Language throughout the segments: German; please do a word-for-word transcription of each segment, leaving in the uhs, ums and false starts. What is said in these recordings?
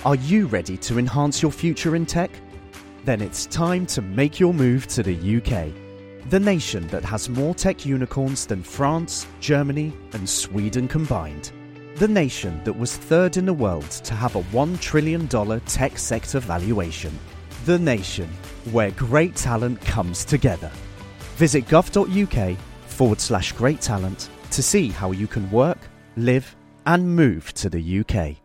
Are you ready to enhance your future in tech? Then it's time to make your move to the U K, the nation that has more tech unicorns than France, Germany, and Sweden combined. The nation that was third in the world to have a one trillion dollars tech sector valuation. The nation where great talent comes together. Visit gov.uk forward slash great talent to see how you can work, live, and move to the U K.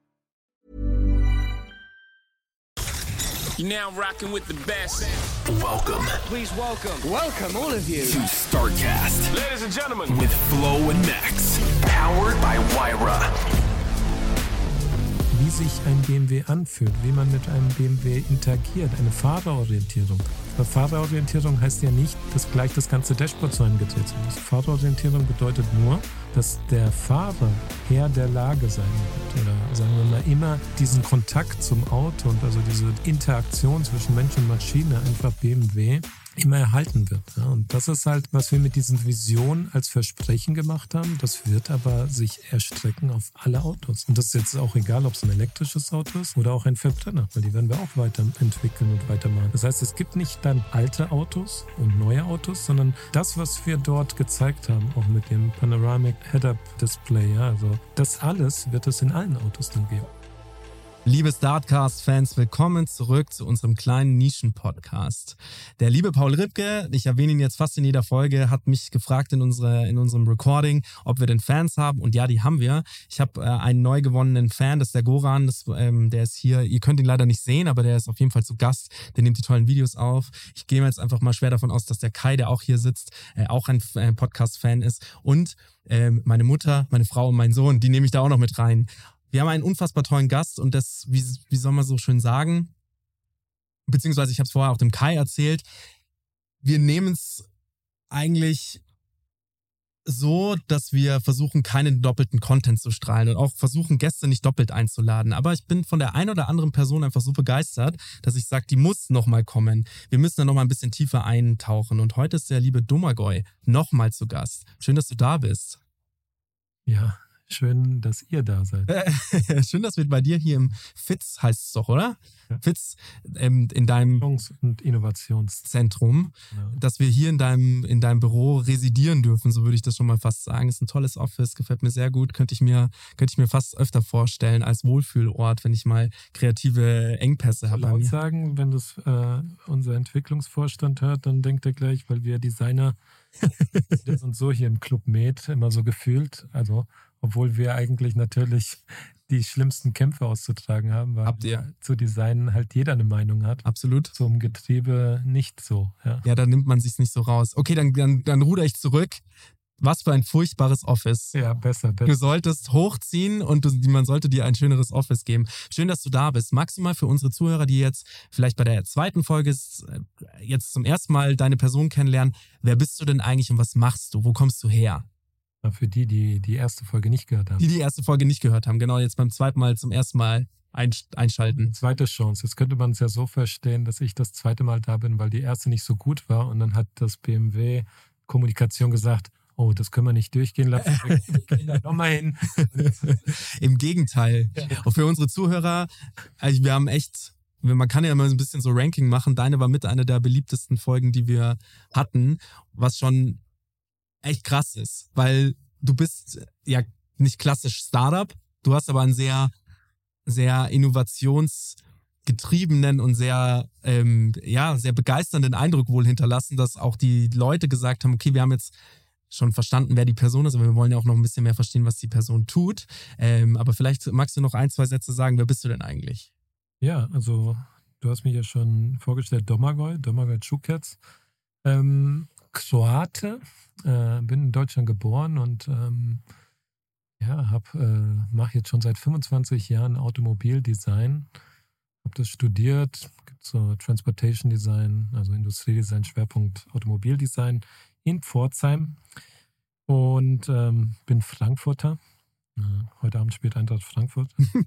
You're now rocking with the best. Welcome. Please welcome. Welcome, all of you. To StarCast. Ladies and gentlemen. With Flo and Max. Powered by Wyra. Wie sich ein B M W anfühlt, wie man mit einem B M W interagiert, eine Fahrerorientierung. Aber Fahrerorientierung heißt ja nicht, dass gleich das ganze Dashboard zu einem gedreht sein muss. Fahrerorientierung bedeutet nur, dass der Fahrer Herr der Lage sein wird. Oder sagen wir mal immer diesen Kontakt zum Auto und also diese Interaktion zwischen Mensch und Maschine einfach B M W immer erhalten wird. Ja, und das ist halt, was wir mit diesen Visionen als Versprechen gemacht haben. Das wird aber sich erstrecken auf alle Autos. Und das ist jetzt auch egal, ob es ein elektrisches Auto ist oder auch ein Verbrenner, weil die werden wir auch weiterentwickeln und weitermachen. Das heißt, es gibt nicht dann alte Autos und neue Autos, sondern das, was wir dort gezeigt haben, auch mit dem Panoramic Head-Up Display, ja, also das alles wird es in allen Autos dann geben. Liebe Startcast-Fans, willkommen zurück zu unserem kleinen Nischen-Podcast. Der liebe Paul Ripke, ich erwähne ihn jetzt fast in jeder Folge, hat mich gefragt in, unsere, in unserem Recording, ob wir denn Fans haben. Und ja, die haben wir. Ich habe äh, einen neu gewonnenen Fan, das ist der Goran, das, ähm, der ist hier, ihr könnt ihn leider nicht sehen, aber der ist auf jeden Fall zu Gast, der nimmt die tollen Videos auf. Ich gehe jetzt einfach mal schwer davon aus, dass der Kai, der auch hier sitzt, äh, auch ein äh, Podcast-Fan ist. Und äh, meine Mutter, meine Frau und mein Sohn, die nehme ich da auch noch mit rein. Wir haben einen unfassbar tollen Gast und das, wie, wie soll man so schön sagen, beziehungsweise ich habe es vorher auch dem Kai erzählt, wir nehmen es eigentlich so, dass wir versuchen, keinen doppelten Content zu strahlen und auch versuchen, Gäste nicht doppelt einzuladen. Aber ich bin von der einen oder anderen Person einfach so begeistert, dass ich sage, die muss nochmal kommen. Wir müssen da nochmal ein bisschen tiefer eintauchen. Und heute ist der liebe Domagoj nochmal zu Gast. Schön, dass du da bist. Ja. Schön, dass ihr da seid. Schön, dass wir bei dir hier im Fitz, heißt es doch, oder? Ja. Fitz, ähm, in deinem und Innovationszentrum, ja. Dass wir hier in deinem, in deinem Büro residieren dürfen, so würde ich das schon mal fast sagen. Ist ein tolles Office, gefällt mir sehr gut. Könnte ich mir, könnte ich mir fast öfter vorstellen als Wohlfühlort, wenn ich mal kreative Engpässe habe. Ich würde sagen, wenn das äh, unser Entwicklungsvorstand hört, dann denkt er gleich, weil wir Designer das sind so hier im Club Med immer so gefühlt, also obwohl wir eigentlich natürlich die schlimmsten Kämpfe auszutragen haben, weil Habt ihr? Zu Designen halt jeder eine Meinung hat. Absolut. Zum Getriebe nicht so. Ja, ja, da nimmt man sich's nicht so raus. Okay, dann, dann, dann ruder ich zurück. Was für ein furchtbares Office. Ja, besser, besser. Du solltest hochziehen und du, man sollte dir ein schöneres Office geben. Schön, dass du da bist. Magst du mal für unsere Zuhörer, die jetzt vielleicht bei der zweiten Folge jetzt zum ersten Mal deine Person kennenlernen, wer bist du denn eigentlich und was machst du? Wo kommst du her? Für die, die die erste Folge nicht gehört haben. Die die erste Folge nicht gehört haben, genau, jetzt beim zweiten Mal zum ersten Mal einschalten. Zweite Chance. Jetzt könnte man es ja so verstehen, dass ich das zweite Mal da bin, weil die erste nicht so gut war und dann hat das B M W Kommunikation gesagt, oh, das können wir nicht durchgehen lassen, wir gehen da nochmal hin. Im Gegenteil. Ja. Und für unsere Zuhörer, also wir haben echt, man kann ja mal so ein bisschen so Ranking machen, deine war mit einer der beliebtesten Folgen, die wir hatten, was schon echt krass ist, weil du bist ja nicht klassisch Startup, du hast aber einen sehr, sehr innovationsgetriebenen und sehr, ähm, ja, sehr begeisternden Eindruck wohl hinterlassen, dass auch die Leute gesagt haben, okay, wir haben jetzt schon verstanden, wer die Person ist, aber wir wollen ja auch noch ein bisschen mehr verstehen, was die Person tut. Ähm, aber vielleicht magst du noch ein, zwei Sätze sagen, wer bist du denn eigentlich? Ja, also du hast mich ja schon vorgestellt, Domagoj, Domagoj Čukac, ähm, Kroate, äh, bin in Deutschland geboren und ähm, ja, hab, äh, mache jetzt schon seit fünfundzwanzig Jahren Automobildesign, habe das studiert, gibt so Transportation Design, also Industriedesign, Schwerpunkt Automobildesign in Pforzheim und ähm, bin Frankfurter. Ja, heute Abend spielt Eintracht Frankfurt.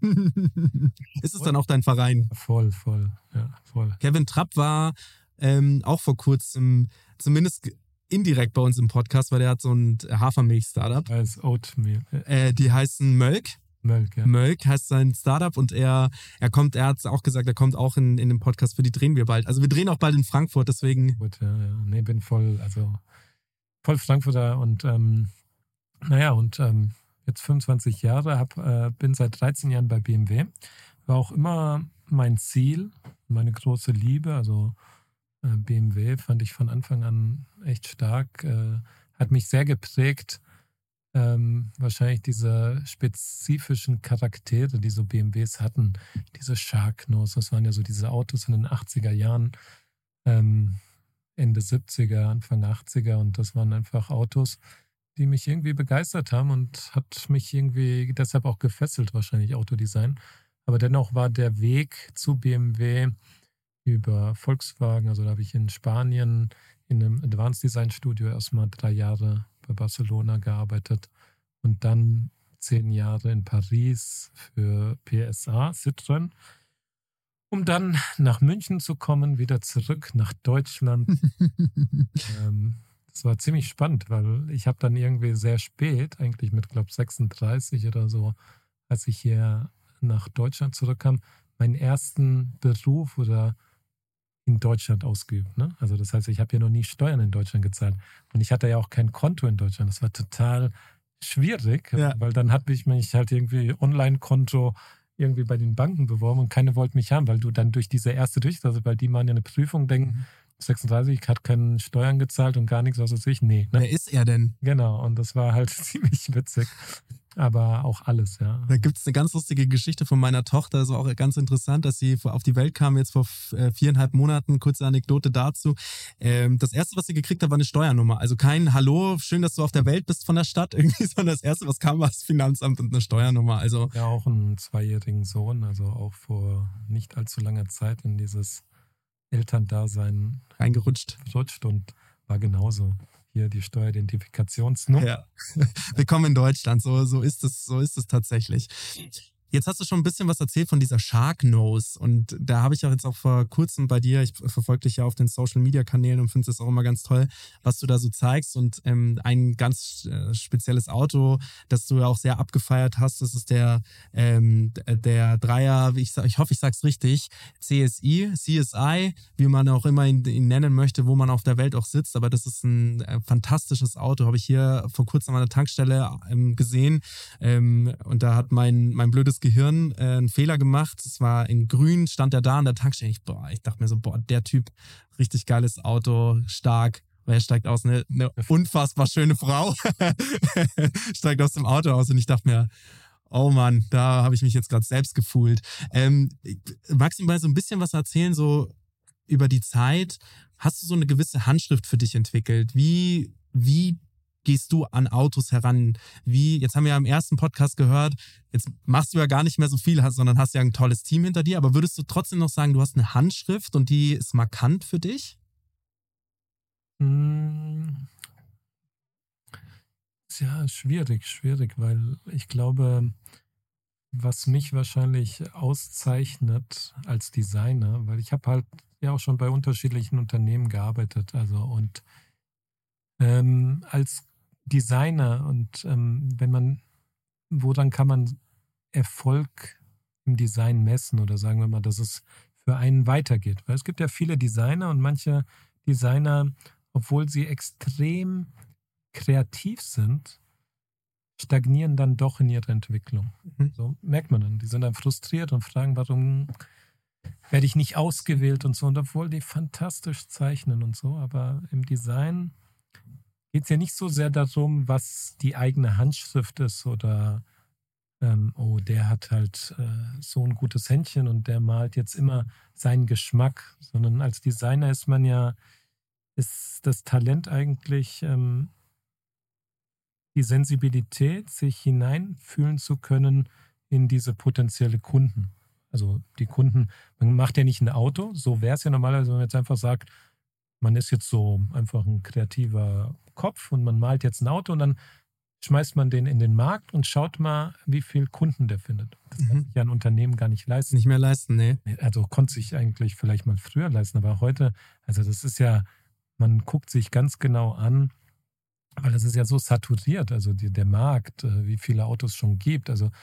Ist es dann auch dein Verein? Voll, voll, ja, voll. Kevin Trapp war ähm, auch vor kurzem, zumindest indirekt bei uns im Podcast, weil der hat so ein Hafermilch-Startup. Als Oatmeal. Äh, die heißen Mölk. Mölk, ja. Mölk heißt sein Startup und er, er kommt, er hat es auch gesagt, er kommt auch in, in den Podcast, für die drehen wir bald. Also wir drehen auch bald in Frankfurt, deswegen. Gut, ja, ja. Nee, bin voll, also voll Frankfurter und ähm, naja, und ähm, jetzt fünfundzwanzig Jahre, hab, äh, bin seit dreizehn Jahren bei B M W. War auch immer mein Ziel, meine große Liebe. Also äh, B M W fand ich von Anfang an echt stark. Äh, hat mich sehr geprägt. Ähm, wahrscheinlich diese spezifischen Charaktere, die so B M Ws hatten. Diese Sharknose, das waren ja so diese Autos in den achtziger Jahren, ähm, Ende siebziger, Anfang achtziger. Und das waren einfach Autos, die mich irgendwie begeistert haben und hat mich irgendwie deshalb auch gefesselt, wahrscheinlich Autodesign. Aber dennoch war der Weg zu B M W über Volkswagen, also da habe ich in Spanien in einem Advanced Design Studio erstmal drei Jahre bei Barcelona gearbeitet und dann zehn Jahre in Paris für P S A, Citroën, um dann nach München zu kommen, wieder zurück nach Deutschland. ähm, das war ziemlich spannend, weil ich habe dann irgendwie sehr spät, eigentlich mit, glaube ich, sechsunddreißig oder so, als ich hier nach Deutschland zurückkam, meinen ersten Beruf oder in Deutschland ausgeübt. Ne? Also das heißt, ich habe ja noch nie Steuern in Deutschland gezahlt. Und ich hatte ja auch kein Konto in Deutschland. Das war total schwierig, ja. Weil dann habe ich mich halt irgendwie Online-Konto irgendwie bei den Banken beworben und keine wollten mich haben, weil du dann durch diese erste Durchsage, also weil die machen ja eine Prüfung, denken, mhm. sechsunddreißig, hat keine Steuern gezahlt und gar nichts, was weiß ich. Nee. Ne? Wer ist er denn? Genau, und das war halt ziemlich witzig. Aber auch alles, ja. Da gibt es eine ganz lustige Geschichte von meiner Tochter, das war auch ganz interessant, dass sie auf die Welt kam, jetzt vor viereinhalb Monaten, kurze Anekdote dazu. Das erste, was sie gekriegt hat, war eine Steuernummer. Also kein Hallo, schön, dass du auf der Welt bist von der Stadt, irgendwie, sondern das erste, was kam, war das Finanzamt und eine Steuernummer. Also ja, auch einen zweijährigen Sohn, also auch vor nicht allzu langer Zeit in dieses Elterndasein reingerutscht rutscht und war genauso. Hier die Steueridentifikationsnummer. Ja. Willkommen in Deutschland, so, so ist es, so ist es tatsächlich. Jetzt hast du schon ein bisschen was erzählt von dieser Sharknose und da habe ich auch jetzt auch vor kurzem bei dir, ich verfolge dich ja auf den Social-Media-Kanälen und finde es auch immer ganz toll, was du da so zeigst und ähm, ein ganz äh, spezielles Auto, das du ja auch sehr abgefeiert hast, das ist der, ähm, der Dreier, ich, ich hoffe, ich sage es richtig, C S I, C S I, wie man auch immer ihn, ihn nennen möchte, wo man auf der Welt auch sitzt, aber das ist ein äh, fantastisches Auto, habe ich hier vor kurzem an der Tankstelle ähm, gesehen ähm, und da hat mein, mein blödes Gehirn äh, einen Fehler gemacht. Es war in grün, stand er da an der Tankstelle. Ich, boah, ich dachte mir so, boah, der Typ, richtig geiles Auto, stark. Er steigt aus, eine, eine unfassbar schöne Frau, steigt aus dem Auto aus und ich dachte mir, oh Mann, da habe ich mich jetzt gerade selbst gefühlt. Ähm, magst du mal so ein bisschen was erzählen, so über die Zeit? Hast du so eine gewisse Handschrift für dich entwickelt? Wie, wie gehst du an Autos heran? Wie, jetzt haben wir ja im ersten Podcast gehört, jetzt machst du ja gar nicht mehr so viel, sondern hast ja ein tolles Team hinter dir, aber würdest du trotzdem noch sagen, du hast eine Handschrift und die ist markant für dich? Ja, schwierig, schwierig, weil ich glaube, was mich wahrscheinlich auszeichnet als Designer, weil ich habe halt ja auch schon bei unterschiedlichen Unternehmen gearbeitet, also und ähm, als Designer und ähm, wenn man, woran kann man Erfolg im Design messen oder sagen wir mal, dass es für einen weitergeht? Weil es gibt ja viele Designer und manche Designer, obwohl sie extrem kreativ sind, stagnieren dann doch in ihrer Entwicklung. Mhm. So merkt man dann. Die sind dann frustriert und fragen, warum werde ich nicht ausgewählt und so. Und obwohl die fantastisch zeichnen und so, aber im Design geht es ja nicht so sehr darum, was die eigene Handschrift ist oder ähm, oh, der hat halt äh, so ein gutes Händchen und der malt jetzt immer seinen Geschmack, sondern als Designer ist man ja, ist das Talent eigentlich ähm, die Sensibilität, sich hineinfühlen zu können in diese potenzielle Kunden. Also die Kunden, man macht ja nicht ein Auto, so wäre es ja normalerweise, wenn man jetzt einfach sagt, man ist jetzt so einfach ein kreativer Kopf und man malt jetzt ein Auto und dann schmeißt man den in den Markt und schaut mal, wie viel Kunden der findet. Das kann sich ja ein Unternehmen gar nicht leisten. Nicht mehr leisten, nee. Also konnte sich eigentlich vielleicht mal früher leisten, aber heute, also das ist ja, man guckt sich ganz genau an, weil das ist ja so saturiert, also die, der Markt, wie viele Autos schon gibt. Also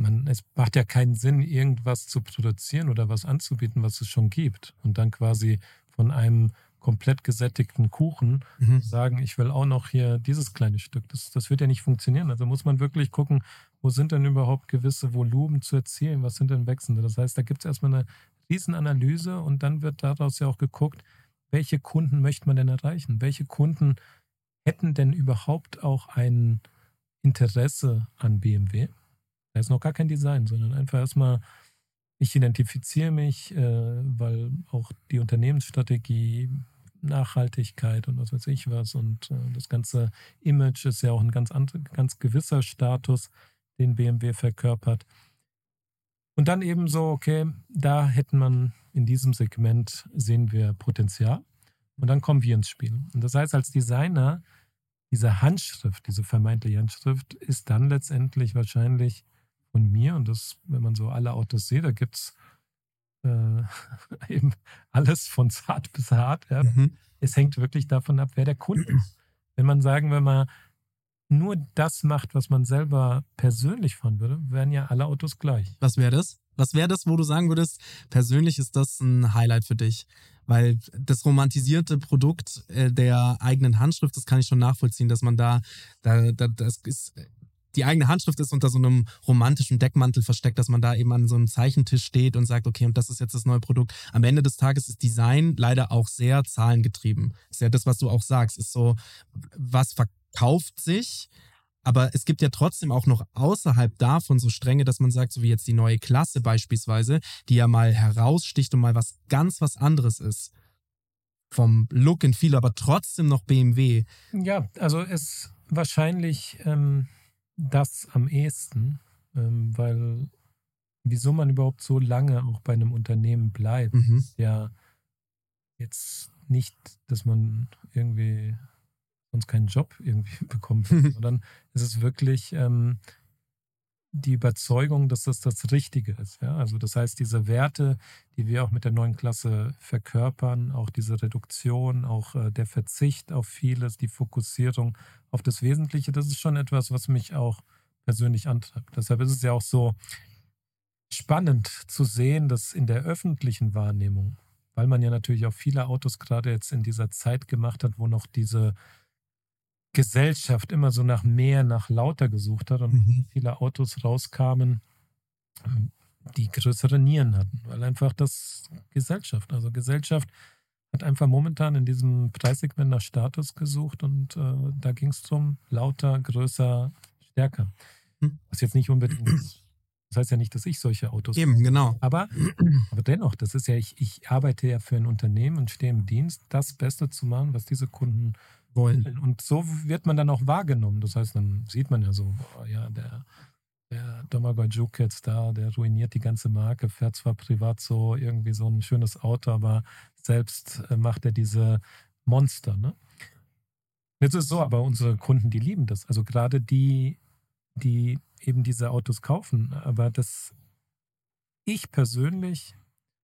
man, es macht ja keinen Sinn, irgendwas zu produzieren oder was anzubieten, was es schon gibt. Und dann quasi von einem komplett gesättigten Kuchen Mhm. sagen, ich will auch noch hier dieses kleine Stück. Das, das wird ja nicht funktionieren. Also muss man wirklich gucken, wo sind denn überhaupt gewisse Volumen zu erzielen? Was sind denn wechselnde? Das heißt, da gibt es erstmal eine Riesenanalyse und dann wird daraus ja auch geguckt, welche Kunden möchte man denn erreichen? Welche Kunden hätten denn überhaupt auch ein Interesse an B M W? Da ist noch gar kein Design, sondern einfach erstmal, ich identifiziere mich, äh, weil auch die Unternehmensstrategie, Nachhaltigkeit und was weiß ich was und äh, das ganze Image ist ja auch ein ganz, andre, ganz gewisser Status, den B M W verkörpert. Und dann eben so, okay, da hätten man in diesem Segment, sehen wir Potenzial und dann kommen wir ins Spiel. Und das heißt, als Designer, diese Handschrift, diese vermeintliche Handschrift, ist dann letztendlich wahrscheinlich von mir und das, wenn man so alle Autos sieht, da gibt es äh, eben alles von zart bis hart. Ja. Mhm. Es hängt wirklich davon ab, wer der Kunde ist. Wenn man sagen, wenn man nur das macht, was man selber persönlich fahren würde, wären ja alle Autos gleich. Was wäre das? Was wäre das, wo du sagen würdest, persönlich ist das ein Highlight für dich? Weil das romantisierte Produkt äh, der eigenen Handschrift, das kann ich schon nachvollziehen, dass man da, da, da das ist, die eigene Handschrift ist unter so einem romantischen Deckmantel versteckt, dass man da eben an so einem Zeichentisch steht und sagt, okay, und das ist jetzt das neue Produkt. Am Ende des Tages ist Design leider auch sehr zahlengetrieben. Ist ja das, was du auch sagst, ist so, was verkauft sich, aber es gibt ja trotzdem auch noch außerhalb davon so Stränge, dass man sagt, so wie jetzt die neue Klasse beispielsweise, die ja mal heraussticht und mal was ganz was anderes ist. Vom Look and Feel, aber trotzdem noch B M W. Ja, also es wahrscheinlich ähm, das am ehesten, ähm, weil wieso man überhaupt so lange auch bei einem Unternehmen bleibt, Mhm. ist ja jetzt nicht, dass man irgendwie sonst keinen Job irgendwie bekommen will, sondern es ist wirklich ähm, die Überzeugung, dass das das Richtige ist. Ja? Also das heißt, diese Werte, die wir auch mit der neuen Klasse verkörpern, auch diese Reduktion, auch äh, der Verzicht auf vieles, die Fokussierung auf das Wesentliche, das ist schon etwas, was mich auch persönlich antreibt. Deshalb ist es ja auch so spannend zu sehen, dass in der öffentlichen Wahrnehmung, weil man ja natürlich auch viele Autos gerade jetzt in dieser Zeit gemacht hat, wo noch diese Gesellschaft immer so nach mehr, nach lauter gesucht hat und Mhm. viele Autos rauskamen, die größere Nieren hatten, weil einfach das Gesellschaft, also Gesellschaft hat einfach momentan in diesem Preissegment nach Status gesucht und äh, da ging es darum, lauter, größer, stärker. Hm. Was jetzt nicht unbedingt, das heißt ja nicht, dass ich solche Autos Eben, genau. aber, aber dennoch, das ist ja, ich, ich arbeite ja für ein Unternehmen und stehe im Dienst, das Beste zu machen, was diese Kunden Wollen. und so wird man dann auch wahrgenommen. Das heißt, dann sieht man ja so, boah, ja, der, der Domagoj jetzt da, der ruiniert die ganze Marke, fährt zwar privat so irgendwie so ein schönes Auto, aber selbst äh, macht er diese Monster. Ne? Jetzt ist es so, aber unsere Kunden, die lieben das. Also gerade die, die eben diese Autos kaufen. Aber das, ich persönlich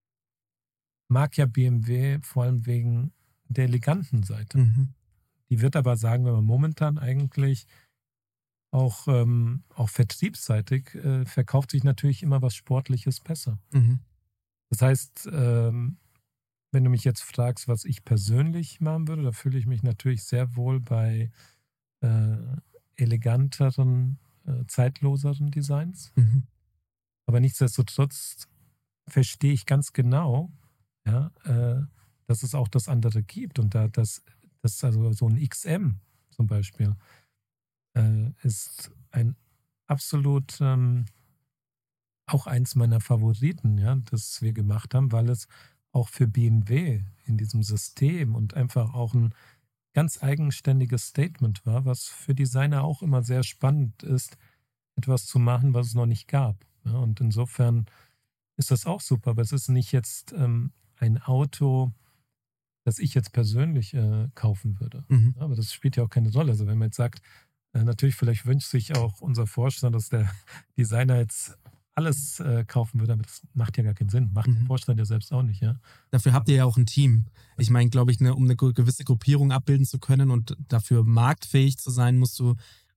mag ja B M W vor allem wegen der eleganten Seite. Mhm. Die wird aber, sagen wir mal, momentan eigentlich auch, ähm, auch vertriebsseitig äh, verkauft sich natürlich immer was Sportliches besser. Mhm. Das heißt, ähm, wenn du mich jetzt fragst, was ich persönlich machen würde, da fühle ich mich natürlich sehr wohl bei äh, eleganteren, äh, zeitloseren Designs. Mhm. Aber nichtsdestotrotz verstehe ich ganz genau, ja, äh, dass es auch das andere gibt und da das Das also so ein X M zum Beispiel äh, ist ein absolut ähm, auch eins meiner Favoriten, ja, das wir gemacht haben, weil es auch für B M W in diesem System und einfach auch ein ganz eigenständiges Statement war, was für Designer auch immer sehr spannend ist, etwas zu machen, was es noch nicht gab. Ja, und insofern ist das auch super, aber es ist nicht jetzt ähm, ein Auto, das ich jetzt persönlich äh, kaufen würde. Mhm. Ja, aber das spielt ja auch keine Rolle. Also wenn man jetzt sagt, äh, natürlich vielleicht wünscht sich auch unser Vorstand, dass der Designer jetzt alles äh, kaufen würde, aber das macht ja gar keinen Sinn. Macht Mhm. der Vorstand ja selbst auch nicht, ja. Dafür habt ihr ja auch ein Team. Ich meine, glaube ich, ne, um eine gewisse Gruppierung abbilden zu können und dafür marktfähig zu sein, musst du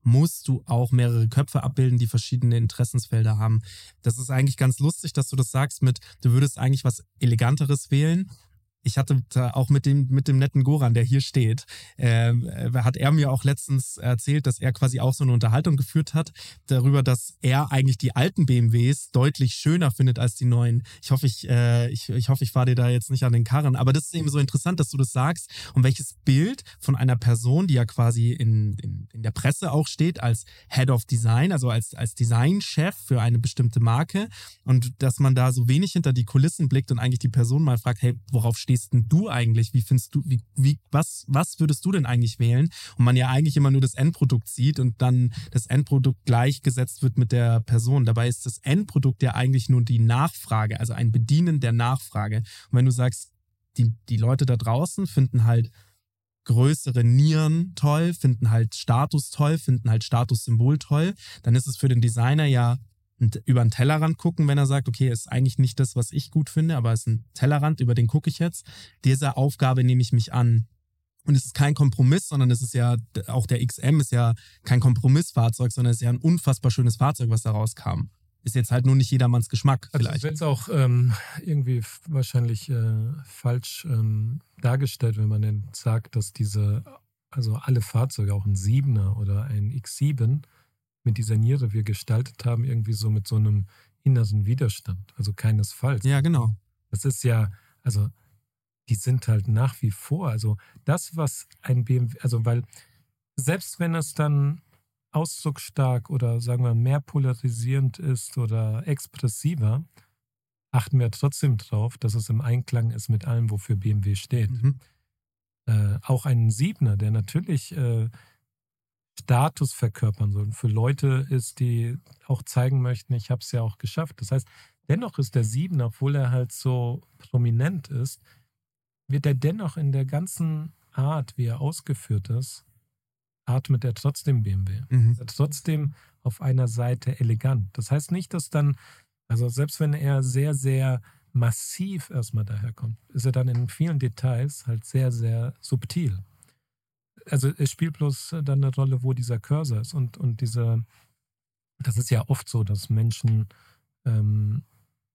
musst du auch mehrere Köpfe abbilden, die verschiedene Interessensfelder haben. Das ist eigentlich ganz lustig, dass du das sagst mit, du würdest eigentlich was Eleganteres wählen. Ich hatte da auch mit dem, mit dem netten Goran, der hier steht, äh, hat er mir auch letztens erzählt, dass er quasi auch so eine Unterhaltung geführt hat darüber, dass er eigentlich die alten B M Ws deutlich schöner findet als die neuen. Ich hoffe, ich, äh, ich, ich hoffe, ich fahre dir da jetzt nicht an den Karren, aber das ist eben so interessant, dass du das sagst und welches Bild von einer Person, die ja quasi in, in, in der Presse auch steht als Head of Design, also als, als Designchef für eine bestimmte Marke und dass man da so wenig hinter die Kulissen blickt und eigentlich die Person mal fragt, hey, worauf steht denn du eigentlich? Wie findest du, wie, wie, was, was würdest du denn eigentlich wählen? Und man ja eigentlich immer nur das Endprodukt sieht und dann das Endprodukt gleichgesetzt wird mit der Person. Dabei ist das Endprodukt ja eigentlich nur die Nachfrage, also ein Bedienen der Nachfrage. Und wenn du sagst, die, die Leute da draußen finden halt größere Nieren toll, finden halt Status toll, finden halt Statussymbol toll, dann ist es für den Designer ja über den Tellerrand gucken, wenn er sagt, okay, ist eigentlich nicht das, was ich gut finde, aber es ist ein Tellerrand, über den gucke ich jetzt. Dieser Aufgabe nehme ich mich an. Und es ist kein Kompromiss, sondern es ist ja, auch der X M ist ja kein Kompromissfahrzeug, sondern es ist ja ein unfassbar schönes Fahrzeug, was da rauskam. Ist jetzt halt nur nicht jedermanns Geschmack also vielleicht. Das ist jetzt auch ähm, irgendwie wahrscheinlich äh, falsch ähm, dargestellt, wenn man denn sagt, dass diese, also alle Fahrzeuge, auch ein Siebener oder ein X sieben, mit dieser Niere wir gestaltet haben, irgendwie so mit so einem inneren Widerstand. Also keinesfalls. Ja, genau. Das ist ja, also die sind halt nach wie vor, also das, was ein B M W, also weil selbst wenn es dann ausdrucksstark oder sagen wir mehr polarisierend ist oder expressiver, achten wir trotzdem drauf, dass es im Einklang ist mit allem, wofür B M W steht. Mhm. Äh, auch ein Siebener, der natürlich äh, Status verkörpern soll, für Leute ist, die auch zeigen möchten, ich habe es ja auch geschafft. Das heißt, dennoch ist der Siebener, obwohl er halt so prominent ist, wird er dennoch in der ganzen Art, wie er ausgeführt ist, atmet er trotzdem B M W. Mhm. Er ist trotzdem auf einer Seite elegant. Das heißt nicht, dass dann, also selbst wenn er sehr, sehr massiv erstmal daherkommt, ist er dann in vielen Details halt sehr, sehr subtil. Also es spielt bloß dann eine Rolle, wo dieser Cursor ist. Und, und diese, das ist ja oft so, dass Menschen ähm,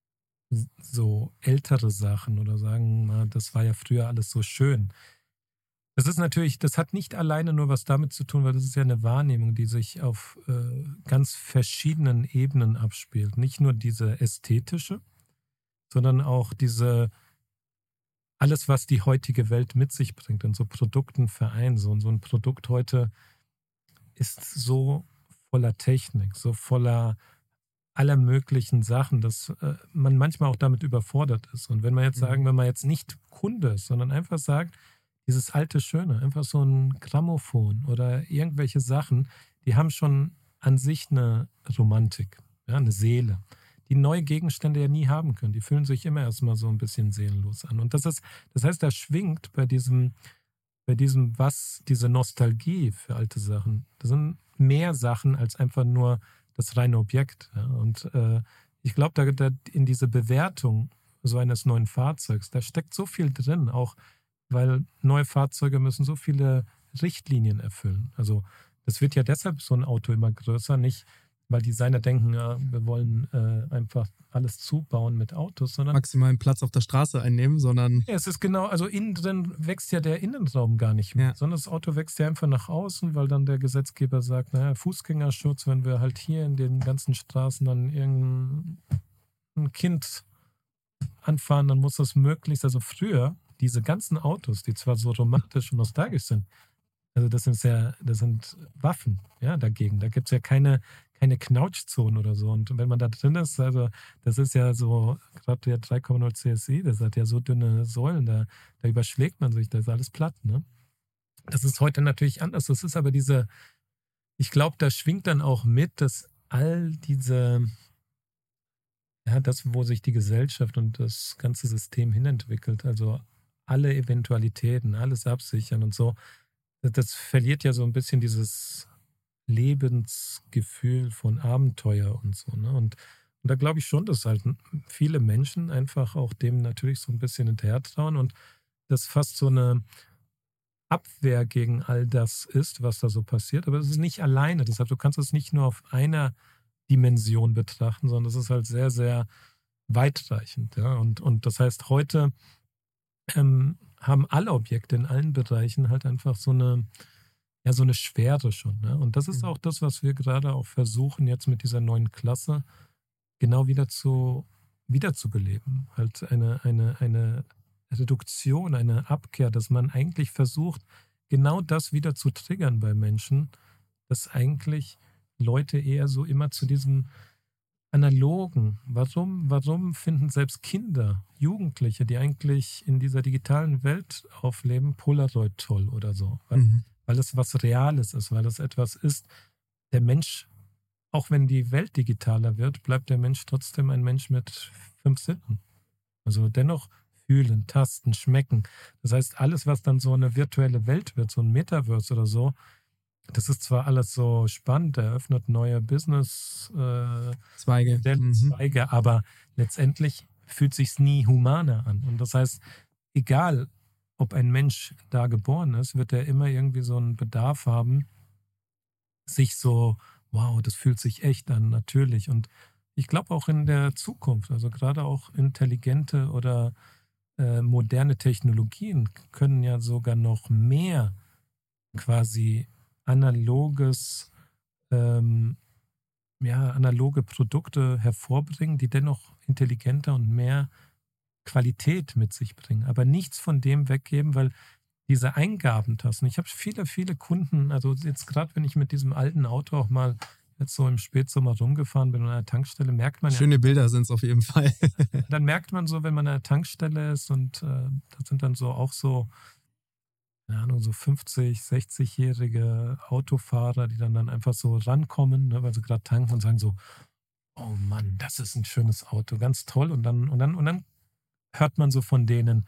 so ältere Sachen oder sagen, na, das war ja früher alles so schön. Das ist natürlich, das hat nicht alleine nur was damit zu tun, weil das ist ja eine Wahrnehmung, die sich auf äh, ganz verschiedenen Ebenen abspielt. Nicht nur diese ästhetische, sondern auch diese alles, was die heutige Welt mit sich bringt, in so Produkten vereint. So, und so ein Produkt heute ist so voller Technik, so voller aller möglichen Sachen, dass äh, man manchmal auch damit überfordert ist. Und wenn man jetzt sagen, wenn man jetzt nicht Kunde ist, sondern einfach sagt, dieses alte Schöne, einfach so ein Grammophon oder irgendwelche Sachen, die haben schon an sich eine Romantik, ja, eine Seele, die neue Gegenstände ja nie haben können. Die fühlen sich immer erstmal so ein bisschen seelenlos an. Und das ist, das heißt, da schwingt bei diesem, bei diesem, was, diese Nostalgie für alte Sachen, das sind mehr Sachen als einfach nur das reine Objekt. Ja. Und äh, ich glaube, da, da in diese Bewertung so eines neuen Fahrzeugs, da steckt so viel drin, auch weil neue Fahrzeuge müssen so viele Richtlinien erfüllen. Also das wird ja deshalb so ein Auto immer größer, nicht weil Designer denken, ja, wir wollen äh, einfach alles zubauen mit Autos, sondern maximalen Platz auf der Straße einnehmen, sondern ja, es ist genau, also innen drin wächst ja der Innenraum gar nicht mehr, ja. sondern das Auto wächst ja einfach nach außen, weil dann der Gesetzgeber sagt, naja, Fußgängerschutz, wenn wir halt hier in den ganzen Straßen dann irgendein Kind anfahren, dann muss das möglichst, also früher, diese ganzen Autos, die zwar so romantisch und nostalgisch sind, also das sind ja, das sind Waffen, ja, dagegen. Da gibt es ja keine, keine Knautschzonen oder so. Und wenn man da drin ist, also das ist ja so, gerade der drei Komma null C S I, das hat ja so dünne Säulen, da, da überschlägt man sich, da ist alles platt, ne? Das ist heute natürlich anders. Das ist aber diese, ich glaube, da schwingt dann auch mit, dass all diese, ja, das, wo sich die Gesellschaft und das ganze System hinentwickelt, also alle Eventualitäten, alles absichern und so, das verliert ja so ein bisschen dieses Lebensgefühl von Abenteuer und so. Ne? Und, und da glaube ich schon, dass halt viele Menschen einfach auch dem natürlich so ein bisschen hinterher trauen und das fast so eine, Abwehr gegen all das ist, was da so passiert. Aber es ist nicht alleine. Deshalb, du kannst es nicht nur auf einer Dimension betrachten, sondern es ist halt sehr, sehr weitreichend. Ja? Und, und das heißt, heute ähm, haben alle Objekte in allen Bereichen halt einfach so eine, ja, so eine Schwere schon. Ne? Und das ist auch das, was wir gerade auch versuchen, jetzt mit dieser neuen Klasse genau wieder zu wiederzubeleben. Halt eine, eine, eine Reduktion, eine Abkehr, dass man eigentlich versucht, genau das wieder zu triggern bei Menschen, dass eigentlich Leute eher so immer zu diesem Analogen, warum, warum finden selbst Kinder, Jugendliche, die eigentlich in dieser digitalen Welt aufleben, Polaroid toll oder so? Weil, Mhm. weil es was Reales ist, weil es etwas ist, der Mensch, auch wenn die Welt digitaler wird, bleibt der Mensch trotzdem ein Mensch mit fünf Sinnen. Also dennoch fühlen, tasten, schmecken. Das heißt, alles, was dann so eine virtuelle Welt wird, so ein Metaverse oder so, das ist zwar alles so spannend, eröffnet neue Business äh, Zweige. Mhm. Zweige, aber letztendlich fühlt sich's nie humaner an. Und das heißt, egal, ob ein Mensch da geboren ist, wird er immer irgendwie so einen Bedarf haben, sich so, wow, das fühlt sich echt an, natürlich. Und ich glaube auch in der Zukunft, also gerade auch intelligente oder äh, moderne Technologien können ja sogar noch mehr quasi analoges, ähm, ja, analoge Produkte hervorbringen, die dennoch intelligenter und mehr Qualität mit sich bringen. Aber nichts von dem weggeben, weil diese Eingabentasten, ich habe viele, viele Kunden, also jetzt gerade, wenn ich mit diesem alten Auto auch mal jetzt so im Spätsommer rumgefahren bin an einer Tankstelle, merkt man ja, Schöne Bilder sind es auf jeden Fall. dann merkt man so, wenn man an einer Tankstelle ist und äh, da sind dann so auch so, keine Ahnung, so fünfzig-, sechzigjährige Autofahrer, die dann, dann einfach so rankommen, ne, weil sie gerade tanken und sagen so, oh Mann, das ist ein schönes Auto, ganz toll. Und dann, und dann, und dann hört man so von denen,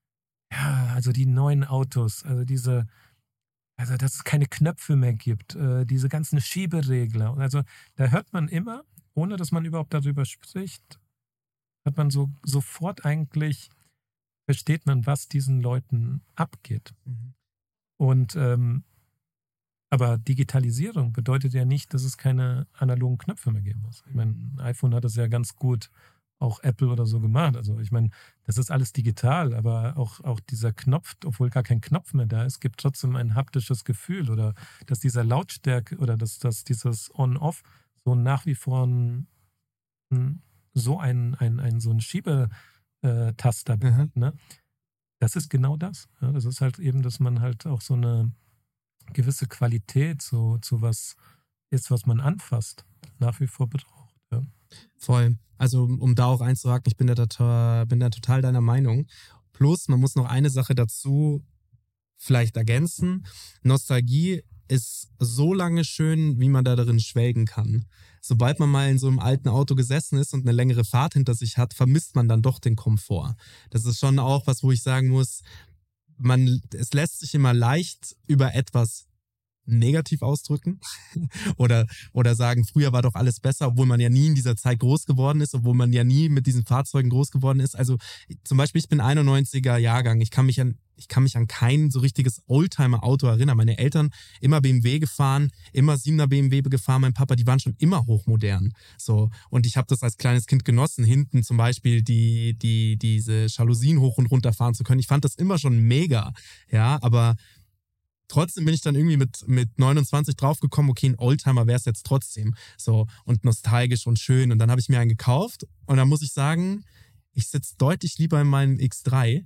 ja, also die neuen Autos, also diese, also dass es keine Knöpfe mehr gibt, äh, diese ganzen Schieberegler. Und also da hört man immer, ohne dass man überhaupt darüber spricht, hat man so sofort eigentlich, versteht man, was diesen Leuten abgeht. Mhm. Und ähm, aber Digitalisierung bedeutet ja nicht, dass es keine analogen Knöpfe mehr geben muss. Ich meine, ein iPhone hat das ja ganz gut, auch Apple oder so gemacht. Also ich meine, das ist alles digital, aber auch, auch dieser Knopf, obwohl gar kein Knopf mehr da ist, gibt trotzdem ein haptisches Gefühl oder dass dieser Lautstärke oder dass, dass dieses On-Off so nach wie vor ein, ein, so ein, ein, ein so ein Schiebetaster bleibt, ne? Das ist genau das. Ja, das ist halt eben, dass man halt auch so eine gewisse Qualität so zu was ist, was man anfasst, nach wie vor braucht. Ja. Voll. Also um da auch einzuhaken, ich bin da, total, bin da total deiner Meinung. Plus, man muss noch eine Sache dazu vielleicht ergänzen. Nostalgie ist so lange schön, wie man da darin schwelgen kann. Sobald man mal in so einem alten Auto gesessen ist und eine längere Fahrt hinter sich hat, vermisst man dann doch den Komfort. Das ist schon auch was, wo ich sagen muss, man, es lässt sich immer leicht über etwas negativ ausdrücken oder, oder sagen, früher war doch alles besser, obwohl man ja nie in dieser Zeit groß geworden ist, obwohl man ja nie mit diesen Fahrzeugen groß geworden ist. Also zum Beispiel, ich bin einundneunziger Jahrgang, ich kann mich an, ich kann mich an kein so richtiges Oldtimer-Auto erinnern. Meine Eltern immer B M W gefahren, immer siebener B M W gefahren, mein Papa, die waren schon immer hochmodern. So, und ich habe das als kleines Kind genossen, hinten zum Beispiel die, die, diese Jalousien hoch und runter fahren zu können. Ich fand das immer schon mega, ja, aber trotzdem bin ich dann irgendwie mit, mit neunundzwanzig draufgekommen, okay, ein Oldtimer wäre es jetzt trotzdem. So, und nostalgisch und schön. Und dann habe ich mir einen gekauft und dann muss ich sagen, ich sitze deutlich lieber in meinem X drei.